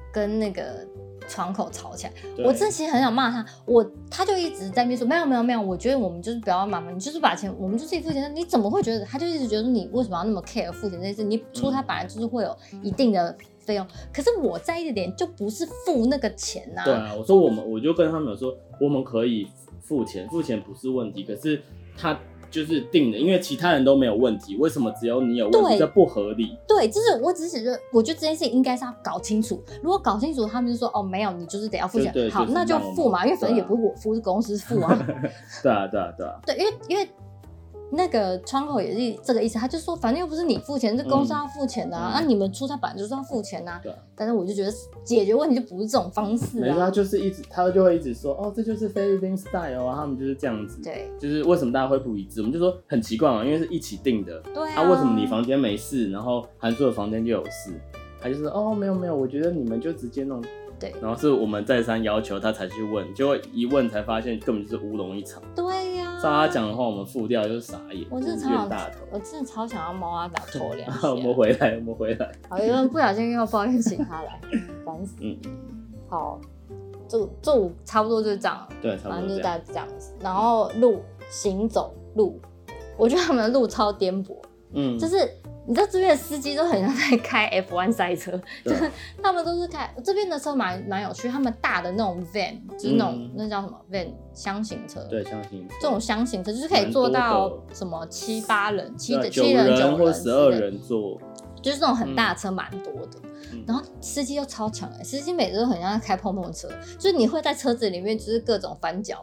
跟那个窗口吵起来。我真的其实很想骂他，他就一直在那边说没有，我觉得我们就是不要麻烦你，就是把钱我们就自己付钱。你怎么会觉得？他就一直觉得你为什么要那么 care 付钱这件事？你出差本来就是会有一定的费用，可是我在意的点就不是付那个钱啊。 对啊，我就跟他们有说，我们可以付钱不是问题，可是他就是定的，因为其他人都没有问题，为什么只有你有问题？这不合理。 对，就是我只是觉得，我觉得这件事情应该是要搞清楚。如果搞清楚，他们就说哦没有，你就是得要付钱，好，那就付嘛，因为反正也不是我付，是公司付啊。 对啊。 对，因为那个窗口也是这个意思，他就说反正又不是你付钱，是公司要付钱的啊，那你们出差本来就是要付钱啊。但是我就觉得解决问题就不是这种方式啊。 没错，他就会一直说哦，这就是菲律宾 style 啊，他们就是这样子。 对， 就是为什么大家会不一致？我们就说很奇怪嘛，因为是一起订的。 对啊。 为什么你房间没事，然后韩素的房间就有事？他就是哦没有，我觉得你们就直接弄。 对， 然后是我们再三要求他才去问，结果一问才发现根本就是乌龙一场。 对呀。 照他讲的话，我们付掉就是傻眼。 我真的超想要猫阿打头两下。 我们回来。 好，有人不小心又抱怨请他来，烦死。好，就差不多就是这样。 对，差不多反正就大概这样子。然后行走路，我觉得他们的路超颠簸。就是你知道这边的司机都很像在开 F1 赛车，就是他们都是开这边的车蛮有趣，他们大的那种 van， 就是那种那叫什么 van 箱型车， 对，箱型车， 这种箱型车就是可以坐到什么7、8人、7人、9人或12人坐， 就是那种很大的车蛮多的。然后司机又超强司机每次都很像在开碰碰车，就是你会在车子里面就是各种翻脚，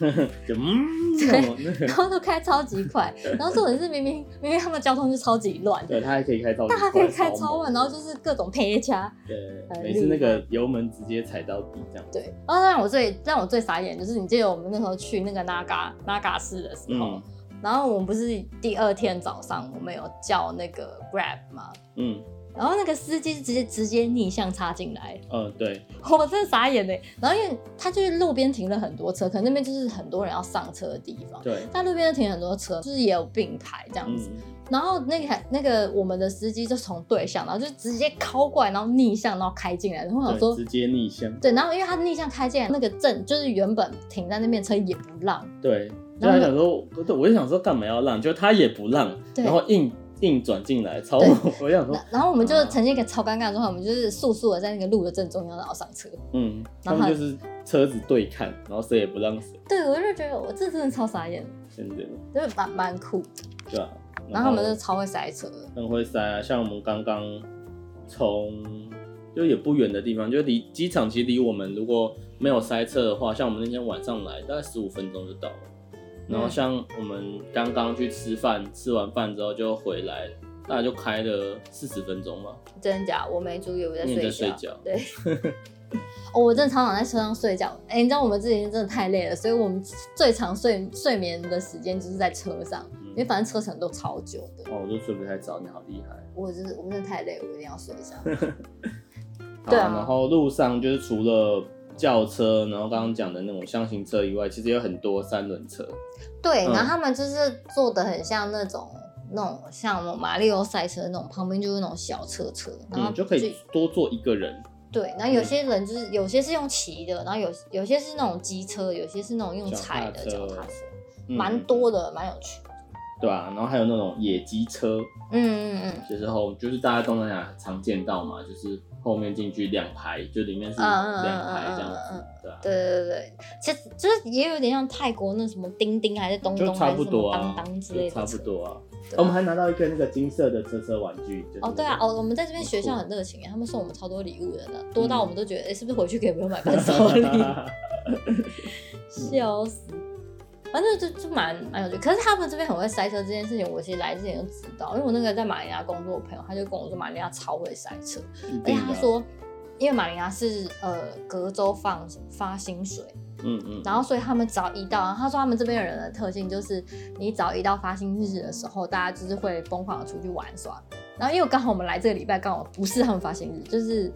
对，然后都开超级快，然后重点是明明他们交通就超级乱， 对，他还可以开超级快， 但他可以开超慢，然后就是各种配掐， 对，每次那个油门直接踩到底这样。 对，然后让我最傻眼就是你记得我们那时候去那个Naga 市的时候。然后我们不是第2天早上我们有叫那个 Grab 吗？然后那个司机直接逆向插进来。 对， 我真的傻眼耶。然后因为他就是路边停了很多车，可能那边就是很多人要上车的地方。 对， 但路边停很多车，就是也有并排这样子。然后那个我们的司机就从对向，然后就直接靠过来，然后逆向，然后开进来。然后我想说， 直接逆向。 对，然后因为他逆向开进来，那个就是原本停在那边车也不让。 对。然后想说，我就想说干嘛要让，就他也不让，然后硬转进来，超我想说， 然后我们就呈现一个超尴尬的状态，我们就是速的在那个路的正中央，然后上车。 他们就是车子对看，然后谁也不让谁。 对，我就觉得我这真的超傻眼， 真的， 就是蛮酷的。 对啊， 然后他们就超会塞车， 很会塞啊！像我们刚刚从就也不远的地方，就离机场，其实离我们如果没有塞车的话，像我们那天晚上来，大概15分钟就到了。然后像我们刚刚去吃饭，吃完饭之后就回来，大概就开了40分钟吧。 真的假？我没注意，我在睡觉。 对，我真的常常在车上睡觉。你知道我们之前真的太累了，所以我们最长睡眠的时间就是在车上，因为反正车程都超久的。 我都睡不太着，你好厉害。 我真的太累了，我一定要睡一下。 对啊，然后路上就是除了轿车，然后刚刚讲的那种箱型车以外，其实有很多3轮车。 对，然后他们就是做的很像那种像那种马里奥赛车那种，旁边就是那种小车，然后就可以多坐1个人。 对，然后有些人就是有些是用骑的，然后有些是那种机车，有些是那种用踩的脚踏车，蛮多的，蛮有趣的。 对啊，然后还有那种野鸡车，就是大家东南亚常见到嘛，就是后面进去2排，就里面是2排这样子，对啊。 对，其实就是也有点像泰国那什么叮叮还是东东还是什么当当之类的， 差不多啊。我们还拿到一个那个金色的车玩具。 对啊，我们在这边学校很热情，他们送我们超多礼物的呢，多到我们都觉得，是不是回去给朋友买伴手礼？笑死。反正就蛮有趣，可是他们这边很会塞车这件事情，我其实来之前就知道，因为我那个在马尼拉工作的朋友，他就跟我说马尼拉超会塞车，而且他说，因为马尼拉是隔周发薪水，然后所以他们早一到，他说他们这边的人的特性就是，你早一到发薪日的时候，大家就是会疯狂的出去玩耍，然后因为刚好我们来这个礼拜刚好不是他们发薪日，就是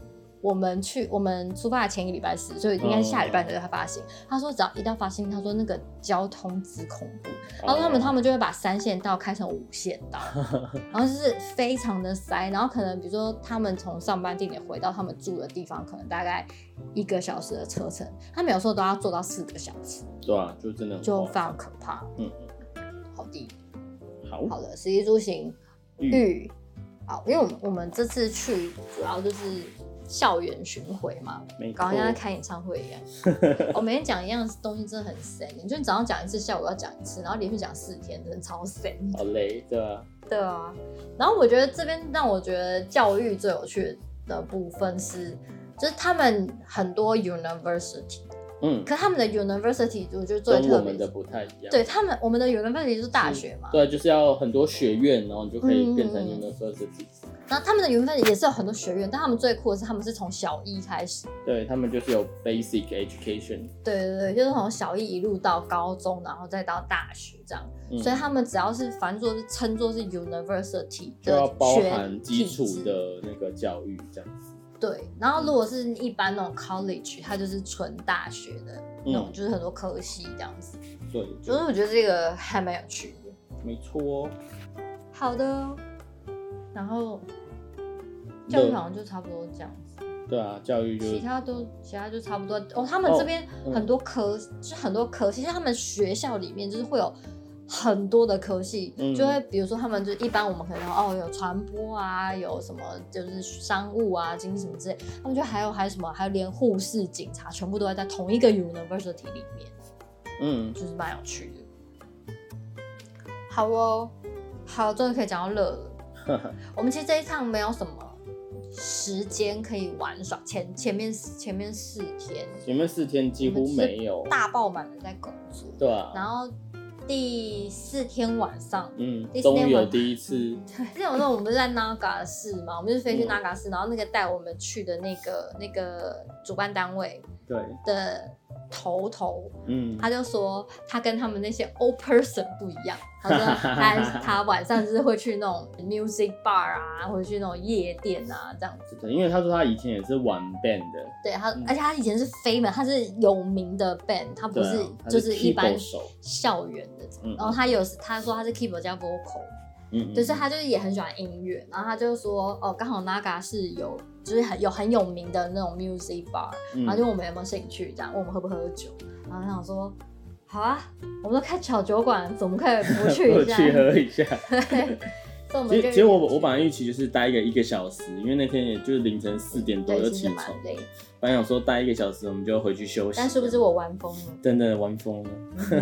我们出发的前一个礼拜4，所以应该是下礼拜才会发行。他说只要一到发行，他说那个交通之恐怖，他说他们就会把3线道开成5线道，然后就是非常的塞，然后可能比如说他们从上班地点回到他们住的地方，可能大概1个小时的车程，他们有时候都要坐到4个小时。 对啊，就真的就非常可怕。好的，好的，食衣住行育。好，因为我们这次去主要就是校园巡回嘛，搞像在开演唱会一样。我每天讲一样东西真的很神，就你早上讲一次，下午要讲一次，然后连续讲4天，真的超神。 好累，对啊。 对啊，然后我觉得这边让我觉得教育最有趣的部分是，就是他们很多 university。可他们的 university 我觉得最特别， 跟我们的不太一样。 对我们的 university 就是大学嘛， 对，就是要很多学院，然后你就可以变成 university。 然后他们的 university 也是有很多学院，但他们最酷的是他们是从小一开始。 对，他们就是有 basic education。 对，就是从小一一路到高中，然后再到大学这样。所以他们只要是凡作是称作是 university 的， 就要包含基础的那个教育这样子。 对，然后如果是一般那种 college， 它就是纯大学的那种，就是很多科系这样子。 对， 所以我觉得这个还蛮有趣的。 没错。 好的，然后教育好像就差不多这样子。 对啊，教育就其他就差不多哦。他们这边很多科，就很多科系，像他们学校里面就是会有很多的科系，就会比如说他们就一般我们可能有传播啊，有什么就是商务啊、经济什么之类，他们就还有什么，还有连护士、警察全部都在同一个 university 里面，就是蛮有趣的。好哦，好，终于可以讲到乐了。我们其实这一趟没有什么时间可以玩耍，前面4天， 前面4天几乎没有， 大爆满的在工作。 对啊， 然后第4天晚上， 终于有第一次。 对，之前我们不是在 Naga 市嘛，我们就是飞去 Naga 市，然后那个带我们去的那个主办单位的头，他就说他跟他们那些 old person 不一样，他说他晚上就是会去那种 music bar 啊，或者去那种夜店啊这样子。 对，因为他说他以前也是玩 band 的， 对而且他以前是famous，他是有名的 band， 他不是就是一般校园的。然后他说他是 keyboard 加 vocal，就是他就是也很喜欢音乐，然后他就说刚好 Naga 是就是很有名的那种 music bar，然后就问我们有没有兴趣，这样问我们喝不喝酒，然后他想说好啊，我们都开小酒馆，怎么可以不去一下？ 去喝一下。 对， 其实我本来预期就是待1个小时，因为那天也就是凌晨4点多就起床，本来想说待1个小时我们就回去休息， 但是不是我玩疯了？ 真的玩疯了。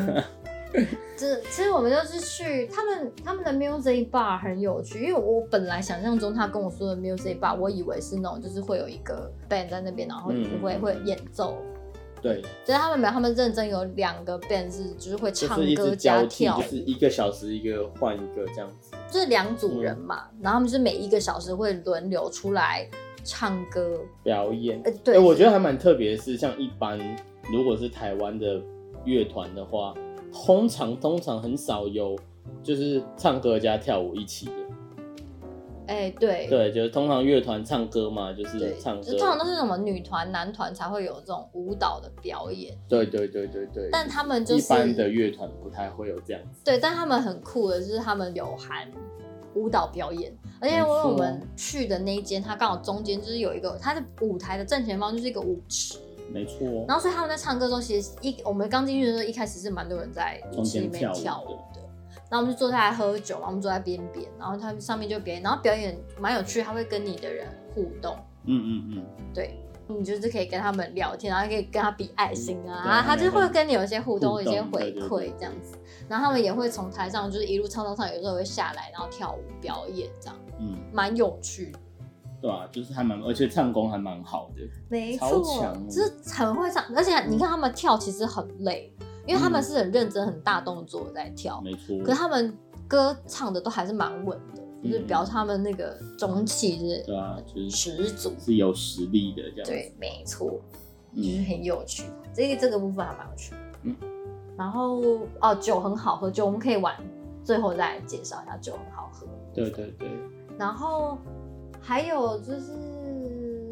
其实我们就是去他们的 music bar 很有趣，因为我本来想象中他跟我说的 music bar， 我以为是那种就是会有一个 band 在那边，然后会演奏。 对， 就是他们没有，他们认真有2个 band 就是会唱歌加跳舞， 就是1个小时一个换一个这样子， 就是2组人嘛，然后他们就是每1个小时会轮流出来唱歌表演。 对， 我觉得还蛮特别的是，像一般如果是台湾的乐团的话，通常很少有就是唱歌加跳舞一起的。 对， 就是通常乐团唱歌嘛，就是唱歌， 就通常都是什么女团、男团才会有这种舞蹈的表演。 对。 但他们就是一般的乐团不太会有这样子。 对，但他们很酷的是，他们有含舞蹈表演，而且我们去的那一间，它刚好中间就是有一个，它的舞台的正前方就是一个舞池。 没错。 然后所以他们在唱歌的时候，其实我们刚进去的时候，一开始是蛮多人在舞池里面跳舞的。然后我们就坐下来喝酒嘛，我们坐在边边，然后他们上面就表演，然后表演蛮有趣，他会跟你的人互动。对，你就是可以跟他们聊天，然后可以跟他比爱心啊，他就会跟你有一些互动，有一些回馈这样子。然后他们也会从台上就是一路唱，有时候会下来，然后跳舞表演这样，蛮有趣的。 对啊，就是而且唱功还蛮好的， 没错，就是很会唱，而且你看他们跳其实很累，因为他们是很认真、很大动作在跳， 没错。 可是他们歌唱的都还是蛮稳的，就是表示他们那个中气是， 对啊，就是十足， 是有实力的这样子。 对，没错，就是很有趣，这个部分还蛮有趣的。然后酒很好喝，酒我们可以最后再介绍一下，酒很好喝。 对。 然后还有就是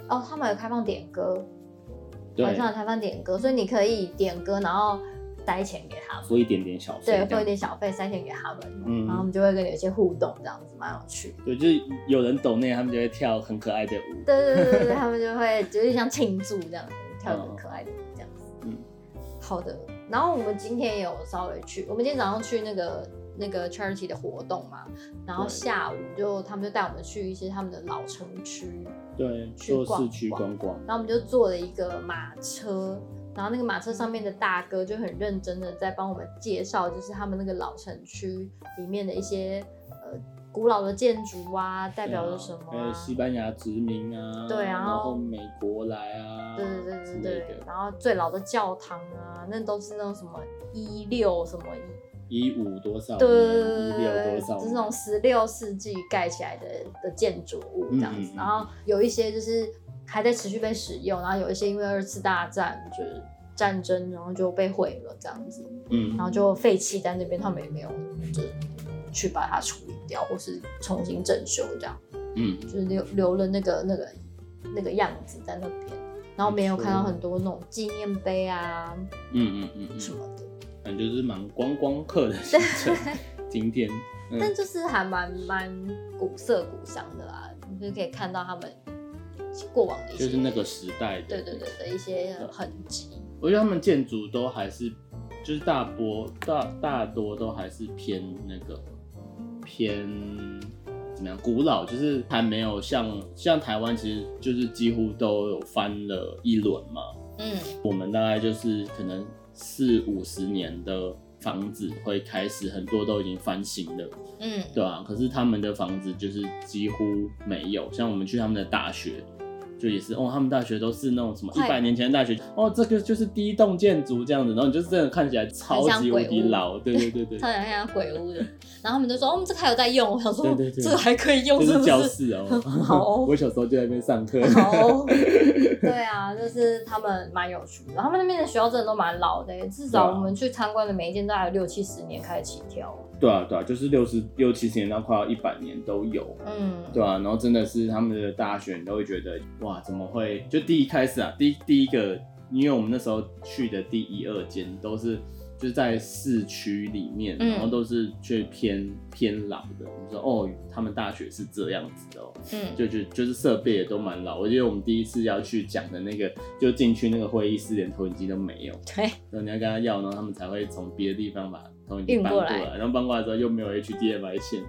哦，他们有开放点歌， 对， 晚上有开放点歌，所以你可以点歌，然后塞钱给他们， 付一点点小费， 对，付一点小费塞钱给他们，然后他们就会跟你有一些互动，这样子蛮有趣的。 对，就是有人抖内，他们就会跳很可爱的舞。 对，他们就会就是像庆祝这样子，跳一个可爱的舞这样子。好的。然后我们今天也有稍微去，我们今天早上去那个 charity 的活动嘛，然后下午他们就带我们去一些他们的老城区， 对， 去市区逛逛。 然后我们就坐了一个马车，然后那个马车上面的大哥就很认真的在帮我们介绍，就是他们那个老城区里面的一些古老的建筑啊，代表着什么还有西班牙殖民啊， 对，然后美国来啊， 对，然后最老的教堂啊，那都是那种什么16什么 15多少年， 对， 16多少年， 就是那种16世纪盖起来的建筑物这样子，然后有一些就是还在持续被使用，然后有一些因为2次大战就是战争，然后就被毁了这样子，然后就废弃在那边，他们也没有就是去把它处理掉，或是重新整修这样，就是留了那个样子在那边，然后没有看到很多那种纪念碑啊，什么的， 反正就是蛮观光客的行程景点， 但就是还蛮古色古香的啦，你就可以看到他们过往的一些， 就是那个时代的， 对的一些痕迹。 我觉得他们建筑都还是就是大多都还是偏怎么样古老，就是还没有像台湾，其实就是几乎都有翻了一轮嘛。我们大概就是可能40-50年的房子会开始很多都已经翻新了，对啊。可是他们的房子就是几乎没有，像我们去他们的大学。就也是他们大学都是那种什么100年前的大学，这个就是第一栋建筑这样子，然后你就真的看起来超级无敌老，对，超级像鬼屋的。然后他们就说，我们这个还有在用，我想说， 对， 这个还可以用， 就是教室哦。 好， 我小时候就在那边上课。 好，对啊，就是他们蛮有趣的，然后他们那边的学校真的都蛮老的，至少我们去参观的每一间都还有60-70年开始起跳。 对啊，就是60-70年到快要100年都有，对啊，然后真的是他们的大学，你都会觉得哇，怎么会？就第一开始啊，第一个，因为我们那时候去的第1、2间都是就是在市区里面，然后都是却偏老的。你说他们大学是这样子的就是设备也都蛮老。我记得我们第一次要去讲的那个，就进去那个会议室连投影机都没有， 对， 然后你要跟他要，然后他们才会从别的地方把投影机搬过来，然后搬过来之后又没有 HDMI 线。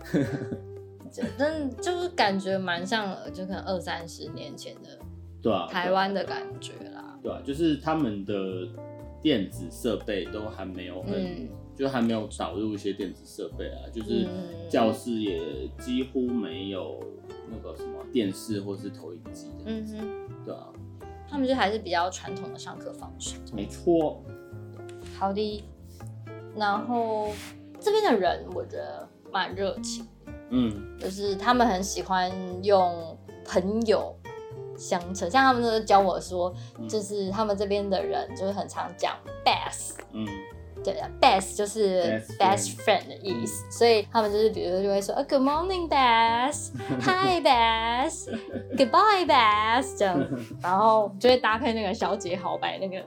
真就是感觉蛮像，就可能20-30年前的， 对啊， 台湾的感觉啦。 对啊，就是他们的电子设备都还没有就还没有导入一些电子设备啊，就是教室也几乎没有那个什么电视或是投影机这样子，对啊， 他们就还是比较传统的上课方式。 没错。 好的，然后这边的人我觉得蛮热情的，就是他们很喜欢用朋友相称，像他们都教我说，就是他们这边的人就是很常讲 best，对啊 ，best 就是 best friend 的意思，所以他们就是比如说就会说Good morning best， Hi best， Goodbye best 这样子，然后就会搭配那个小姐好白那个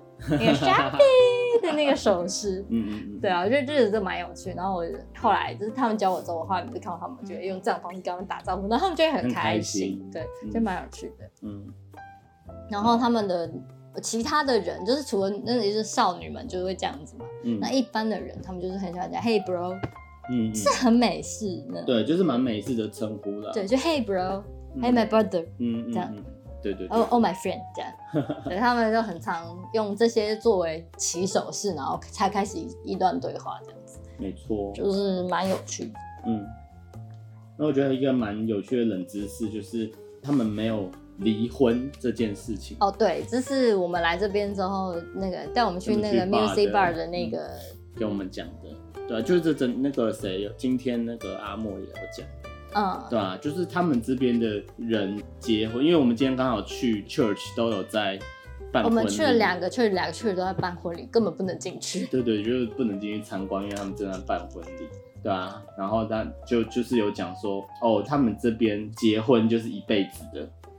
shopping 的那个手势，对啊，我觉得这蛮有趣。然后我后来就是他们教我之后，我后来每次看到他们，就会用这样的方式跟他们打招呼，然后他们就会很开心，对，就蛮有趣的。然后他们的其他的人，就是除了那里是少女们，就会这样子嘛。那一般的人，他们就是很喜欢讲 Hey bro，是很美式的。 对，就是蛮美式的称呼啦。 对，就 Hey bro，Hey my brother，这样。 对。 Oh my friend， 这样。对，他们就很常用这些作为起手式，然后才开始一段对话这样子。 没错， 就是蛮有趣的。 那我觉得一个蛮有趣的冷知识就是他们没有离婚这件事情。 对，这是我们来这边之后，那个带我们去那个 music bar 的那个跟我们讲的，对啊，就是那个谁，今天那个阿莫也有讲，对啊，就是他们这边的人结婚，因为我们今天刚好去 church 都有在办婚礼， 我们去了两个 church 都在办婚礼，根本不能进去。 对，就是不能进去参观，因为他们正在办婚礼。对啊，然后他就是有讲说，他们这边结婚就是一辈子的，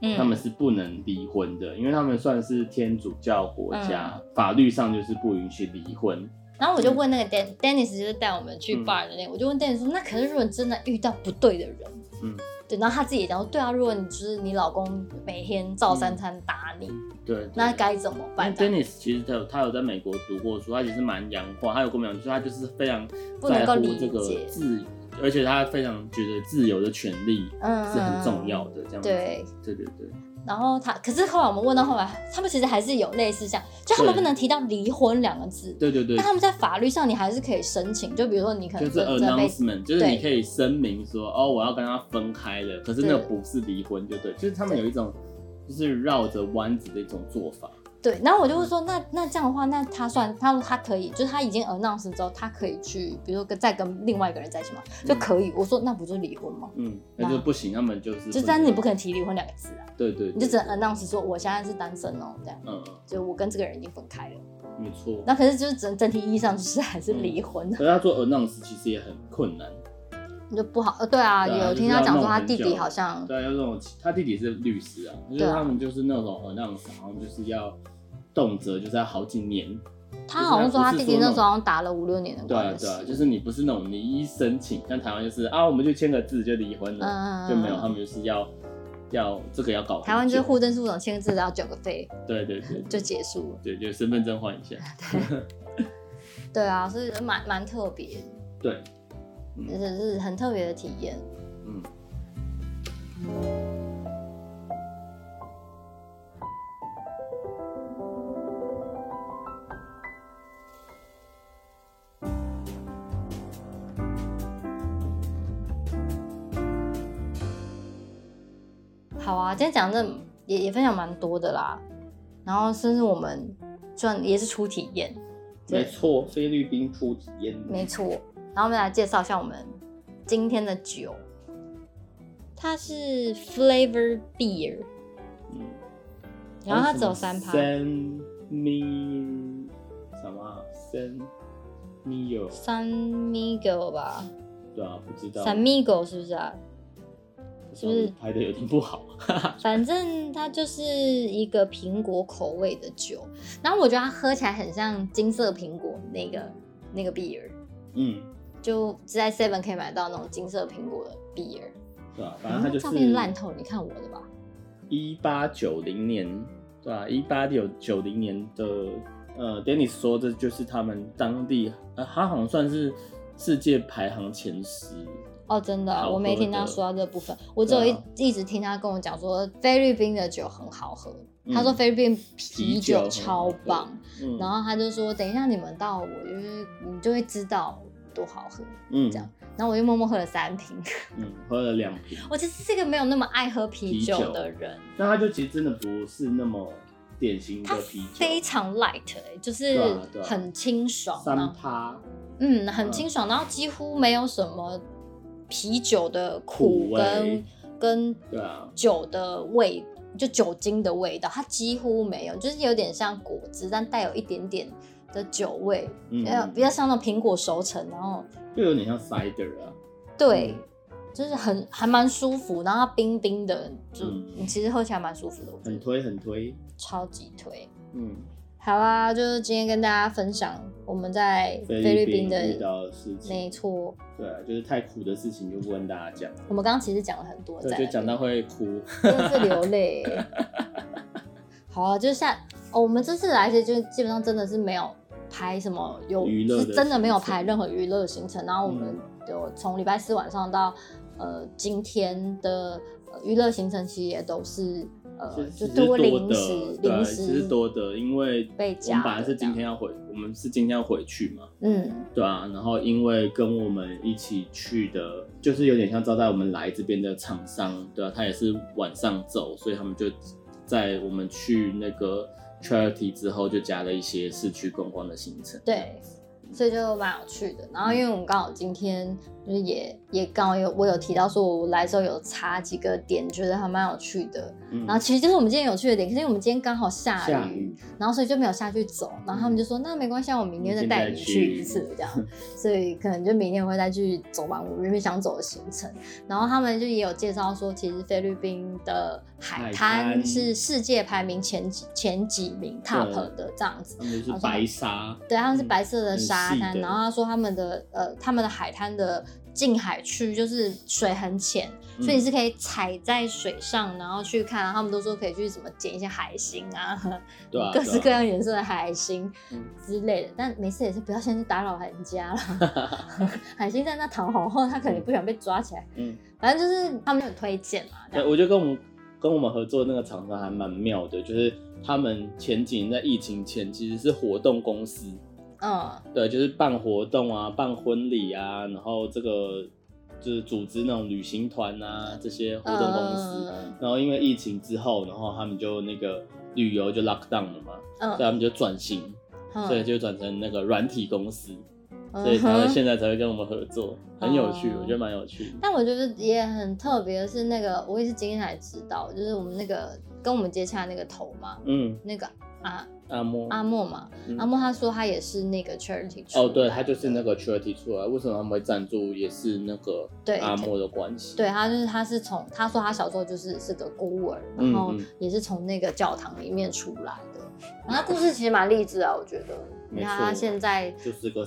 他们是不能离婚的，因为他们算是天主教国家，法律上就是不允许离婚。 然后我就问那个 Dennis， 就是带我们去 bar 的那个，我就问 Dennis 说，那可是如果真的遇到不对的人，对，然后他自己也讲说，对啊，如果你就是你老公每天照三餐打你， 对， 那该怎么办 ？Dennis 其实他有在美国读过书，他其实蛮洋化，他有跟我们讲，就是他就是非常不能够在乎这个而且他非常觉得自由的权利是很重要的，这样子。对。 然后可是后来我们问到后来，他们其实还是有类似像，就他们不能提到离婚2个字。对。但他们在法律上你还是可以申请，就比如说你可能就是 announcement， 就是你可以声明说，哦，我要跟他分开了，可是那不是离婚，就对，就是他们有一种就是绕着弯子的一种做法。对， 然后我就会说，那这样的话，那他可以，就是他已经 announce 之后，他可以去，比如说再跟另外一个人在一起嘛，就可以。我说那不就离婚吗？ 那就不行，他们但是你不可能提离婚2个字啊。 对， 你就只能 announce 说我现在是单身哦，这样。就我跟这个人已经分开了。 没错。 那可是就是整体意义上就是还是离婚。 可是他做 announce 其实也很困难。 就不好，对啊，有听他讲说他弟弟好像， 对，有那种他弟弟是律师啊，就是他们就是那种announce，好像就是要动辄就是要好几年。 他好像说他弟弟那时候好像打了5、6年的官司。 对，就是你不是那种你一申请，像台湾就是啊，我们就签个字就离婚了，就没有，他们就是要这个要搞。 台湾就是户政事务所签个字要缴个费， 对， 就结束了。 对，就身份证换一下。 对啊，所以蛮特别。 对。 是很特别的体验。好啊，今天讲的也分享蛮多的啦，然后甚至我们算也是初体验。 没错，菲律宾初体验。 没错。然后我们来介绍一下我们今天的酒，它是 Flavor Beer， 然后它只有3%。 San Miguel 吧？ 对啊，不知道。 San Miguel 是不是啊？是不是拍的有点不好？ 反正它就是一个苹果口味的酒，然后我觉得它喝起来很像金色苹果那个 beer。就在 Seven 可以买到那种金色苹果的 beer， 对啊，反正它就是照片烂透，你看我的吧。 1890年，对啊，1890年的Dennis 说这就是他们当地，他好像算是世界排行前10。 哦，真的，我没听他说到这部分，我只有一直听他跟我讲说菲律宾的酒很好喝。他说菲律宾啤酒超棒，然后他就说等一下你们到你就会知道多好喝，这样。然后我就默默喝了3瓶， 喝了2瓶。 我其实是一个没有那么爱喝啤酒的人， 但他就其实真的不是那么典型的啤酒， 非常 light，就是很清爽 ，3%， 很清爽，然后几乎没有什么啤酒的苦跟酒的味，就酒精的味道，它几乎没有，就是有点像果汁，但带有一点点的酒味，比较像那种苹果熟成，然后就有点像 cider 啊。 对，就是还蛮舒服，然后它冰冰的，就你其实喝起来蛮舒服的， 很推， 超级推。好啊，就是今天跟大家分享我们在菲律宾的遇到的事情。 没错， 对啊，就是太苦的事情就不跟大家讲。 我们刚刚其实讲了很多， 对，就讲到会哭， 真的是流泪。好啊，就是我们这次来其实就基本上真的是没有拍什么娱乐， 是真的没有拍任何娱乐行程。然后我们就从礼拜4晚上到今天的娱乐行程，其实也都是就多临时， 其实多的，因为我们本来是今天要回去嘛，对啊，然后因为跟我们一起去的，就是有点像招待我们来这边的厂商，对啊，他也是晚上走，所以他们就在我们去那个 charity 之后，就加了一些市区观光的行程， 对，所以就蛮有趣的。然后因为我们刚好今天就是也刚好我有提到说，我来的时候有查几个点，觉得还蛮有趣的。然后其实就是我们今天有趣的点，可是因为我们今天刚好下雨，然后所以就没有下去走。然后他们就说那没关系，我明天再带你去一次这样。所以可能就明天我会再去走完我原本想走的行程。然后他们就也有介绍说，其实菲律宾的海滩是世界排名前几名 top 的这样子。 他们是白沙， 对，他们是白色的沙滩。然后他说他们的海滩的近海区就是水很浅，所以你是可以踩在水上，然后去看。他们都说可以去什么捡一些海星啊， 对啊， 各式各样颜色的海星之类的。但没事也是不要先去打扰人家了。海星在那躺好后，他可能也不想被抓起来。反正就是他们就很推荐嘛。 对，我觉得跟我们合作的那个厂商还蛮妙的，就是他们前几年在疫情前其实是活动公司。对，就是办活动啊，办婚礼啊，然后这个就是组织那种旅行团啊，这些活动公司。然后因为疫情之后，然后他们就那个旅游就 lock down 了嘛，所以他们就转型，所以就转成那个软体公司。所以他们现在才会跟我们合作，很有趣，我觉得蛮有趣的。 但我觉得也很特别的是，那个我也是今天才知道，就是我们那个跟我们接洽那个头嘛，那个阿莫嘛，阿莫他说他也是那个 charity 出来的。 对，他就是那个 charity 出来。为什么他们会赞助，也是那个阿莫的关系。 对，他说他小时候是个孤儿，然后也是从那个教堂里面出来的。然后他故事其实蛮励志啊，我觉得。你看他现在就是个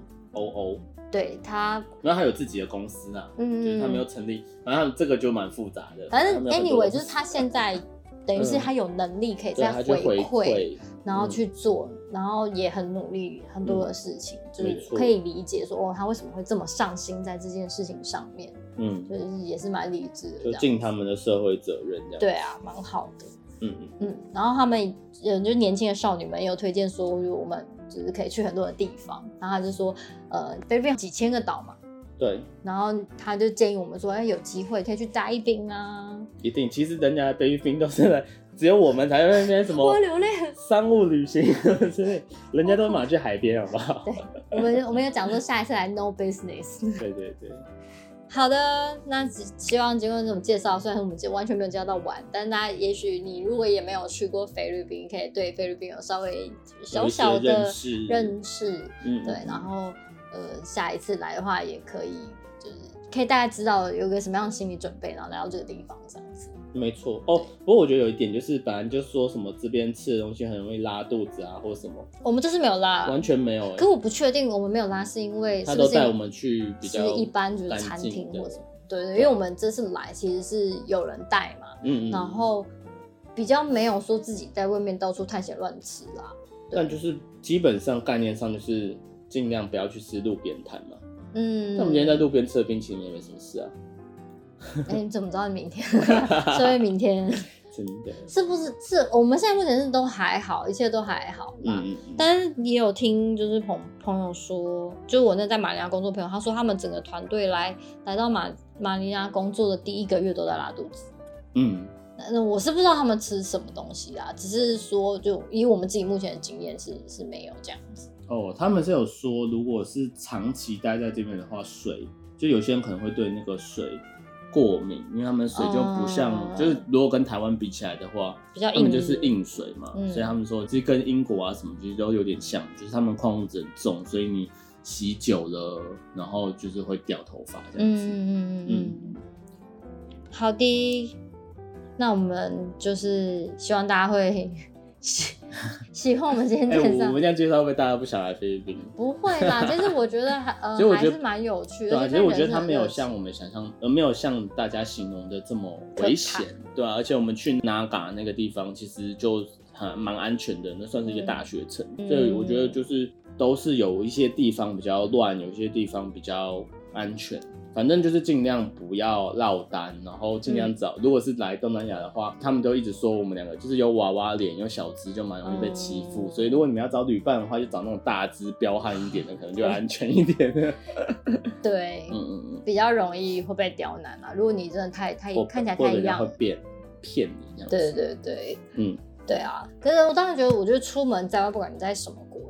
COO。 对他， 然后他有自己的公司啊，就是他没有成立，反正这个就蛮复杂的。 反正 anyway 就是他现在等于是他有能力可以再回馈，然后去做，然后也很努力很多的事情，就是可以理解说他为什么会这么上心在这件事情上面。就是也是蛮励志的， 就尽他们的社会责任这样。 对啊，蛮好的。然后他们就年轻的少女们也有推荐说，我们就是可以去很多的地方。然后他就说，菲律宾几千个岛嘛， 对。 然后他就建议我们说，有机会可以去搭一宾啊。 一定，其实人家菲律宾都是来，只有我们才在那边什么我流泪商务旅行之类，人家都马去海边，好不好？ 对，我们有讲说下一次来 no business。 对对对。 好的，那希望经过这种介绍，虽然我们完全没有介绍到玩，但大家也许你如果也没有去过菲律宾，可以对菲律宾有稍微小小的认识。对，然后下一次来的话也可以，就是可以大概知道有个什么样的心理准备，然后来到这个地方这样子。 没错哦，不过我觉得有一点就是，本来就说什么这边吃的东西很容易拉肚子啊，或什么。 我们这次没有拉， 完全没有。 可我不确定我们没有拉是因为他都带我们去比较一般就是餐厅或什么。对，因为我们这次来其实是有人带嘛，然后比较没有说自己在外面到处探险乱吃啦。 但就是基本上概念上就是尽量不要去吃路边摊嘛。那我们今天在路边吃的冰淇淋也没什么事啊。 你怎么知道明天？所以明天真的是不是我们现在目前是都还好，一切都还好啦。但是也有听就是朋友说，就我那在马尼拉工作朋友，他说他们整个团队来到马尼拉工作的第1个月都在拉肚子。那我是不知道他们吃什么东西啦，只是说就以我们自己目前的经验是没有这样子。 他们是有说，如果是长期待在这边的话，水就有些人可能会对那个水过敏，因为他们水就不像，就是如果跟台湾比起来的话， 比较硬， 他们就是硬水嘛，所以他们说其实跟英国啊什么其实都有点像，就是他们矿物质很重，所以你洗久了，然后就是会掉头发这样子。 好的，那我们就是希望大家会喜欢我们今天介绍。 我们这样介绍会不会大家不想来菲律宾？ 不会啦，其实我觉得还是蛮有趣的。 对啊，其实我觉得它没有像我们想象，没有像大家形容的这么危险，对啊，而且我们去纳嘎那个地方，其实就蛮安全的，那算是一个大学城。所以我觉得就是都是有一些地方比较乱，有一些地方比较安全。反正就是尽量不要落单，然后尽量找。如果是来东南亚的话，他们都一直说我们两个就是有娃娃脸、有小只，就蛮容易被欺负。所以如果你们要找旅伴的话，就找那种大只、彪悍一点的，可能就安全一点的。 对，比较容易会被刁难啊。如果你真的太看起来太一样， 会骗你这样子。 对，对啊。可是我当然觉得，我觉得出门在外，不管你在什么国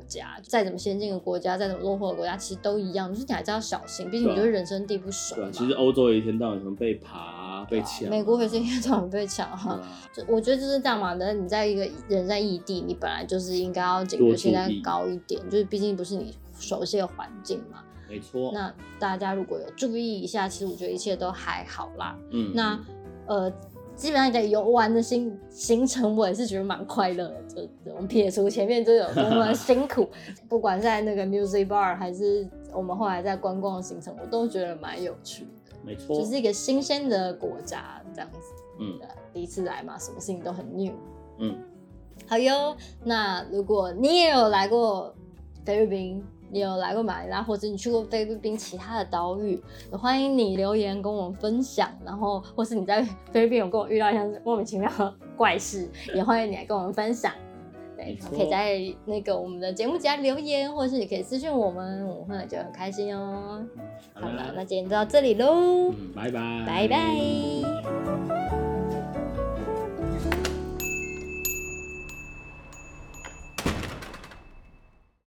家，再怎么先进的国家，再怎么落后的国家，其实都一样，就是你还是要小心，毕竟你就是人生地不熟嘛。 对啊，其实欧洲也一天到晚什么被扒啊、被抢啊， 美国也是一天到晚被抢哈。我觉得就是这样嘛。但你在一个人在异地，你本来就是应该要警觉性再高一点，就是毕竟不是你熟悉的环境嘛。 没错。那大家如果有注意一下，其实我觉得一切都还好啦。那基本上你在游玩的行程，我也是觉得蛮快乐的。就我们撇除前面就有多么辛苦，不管在那个 music bar 还是我们后来在观光的行程，我都觉得蛮有趣的。 没错， 就是一个新鲜的国家这样子。第一次来嘛，什么事情都很 new。好哟。那如果你也有来过菲律宾，你有来过马尼拉，或者你去过菲律宾其他的岛屿，欢迎你留言跟我们分享。然后，或是你在菲律宾有跟我遇到像莫名其妙的怪事，也欢迎你来跟我们分享。对，可以在那个我们的节目底下留言，或是你可以私讯我们，我们会觉得很开心哦。好了，那今天就到这里喽。 拜拜， 拜拜。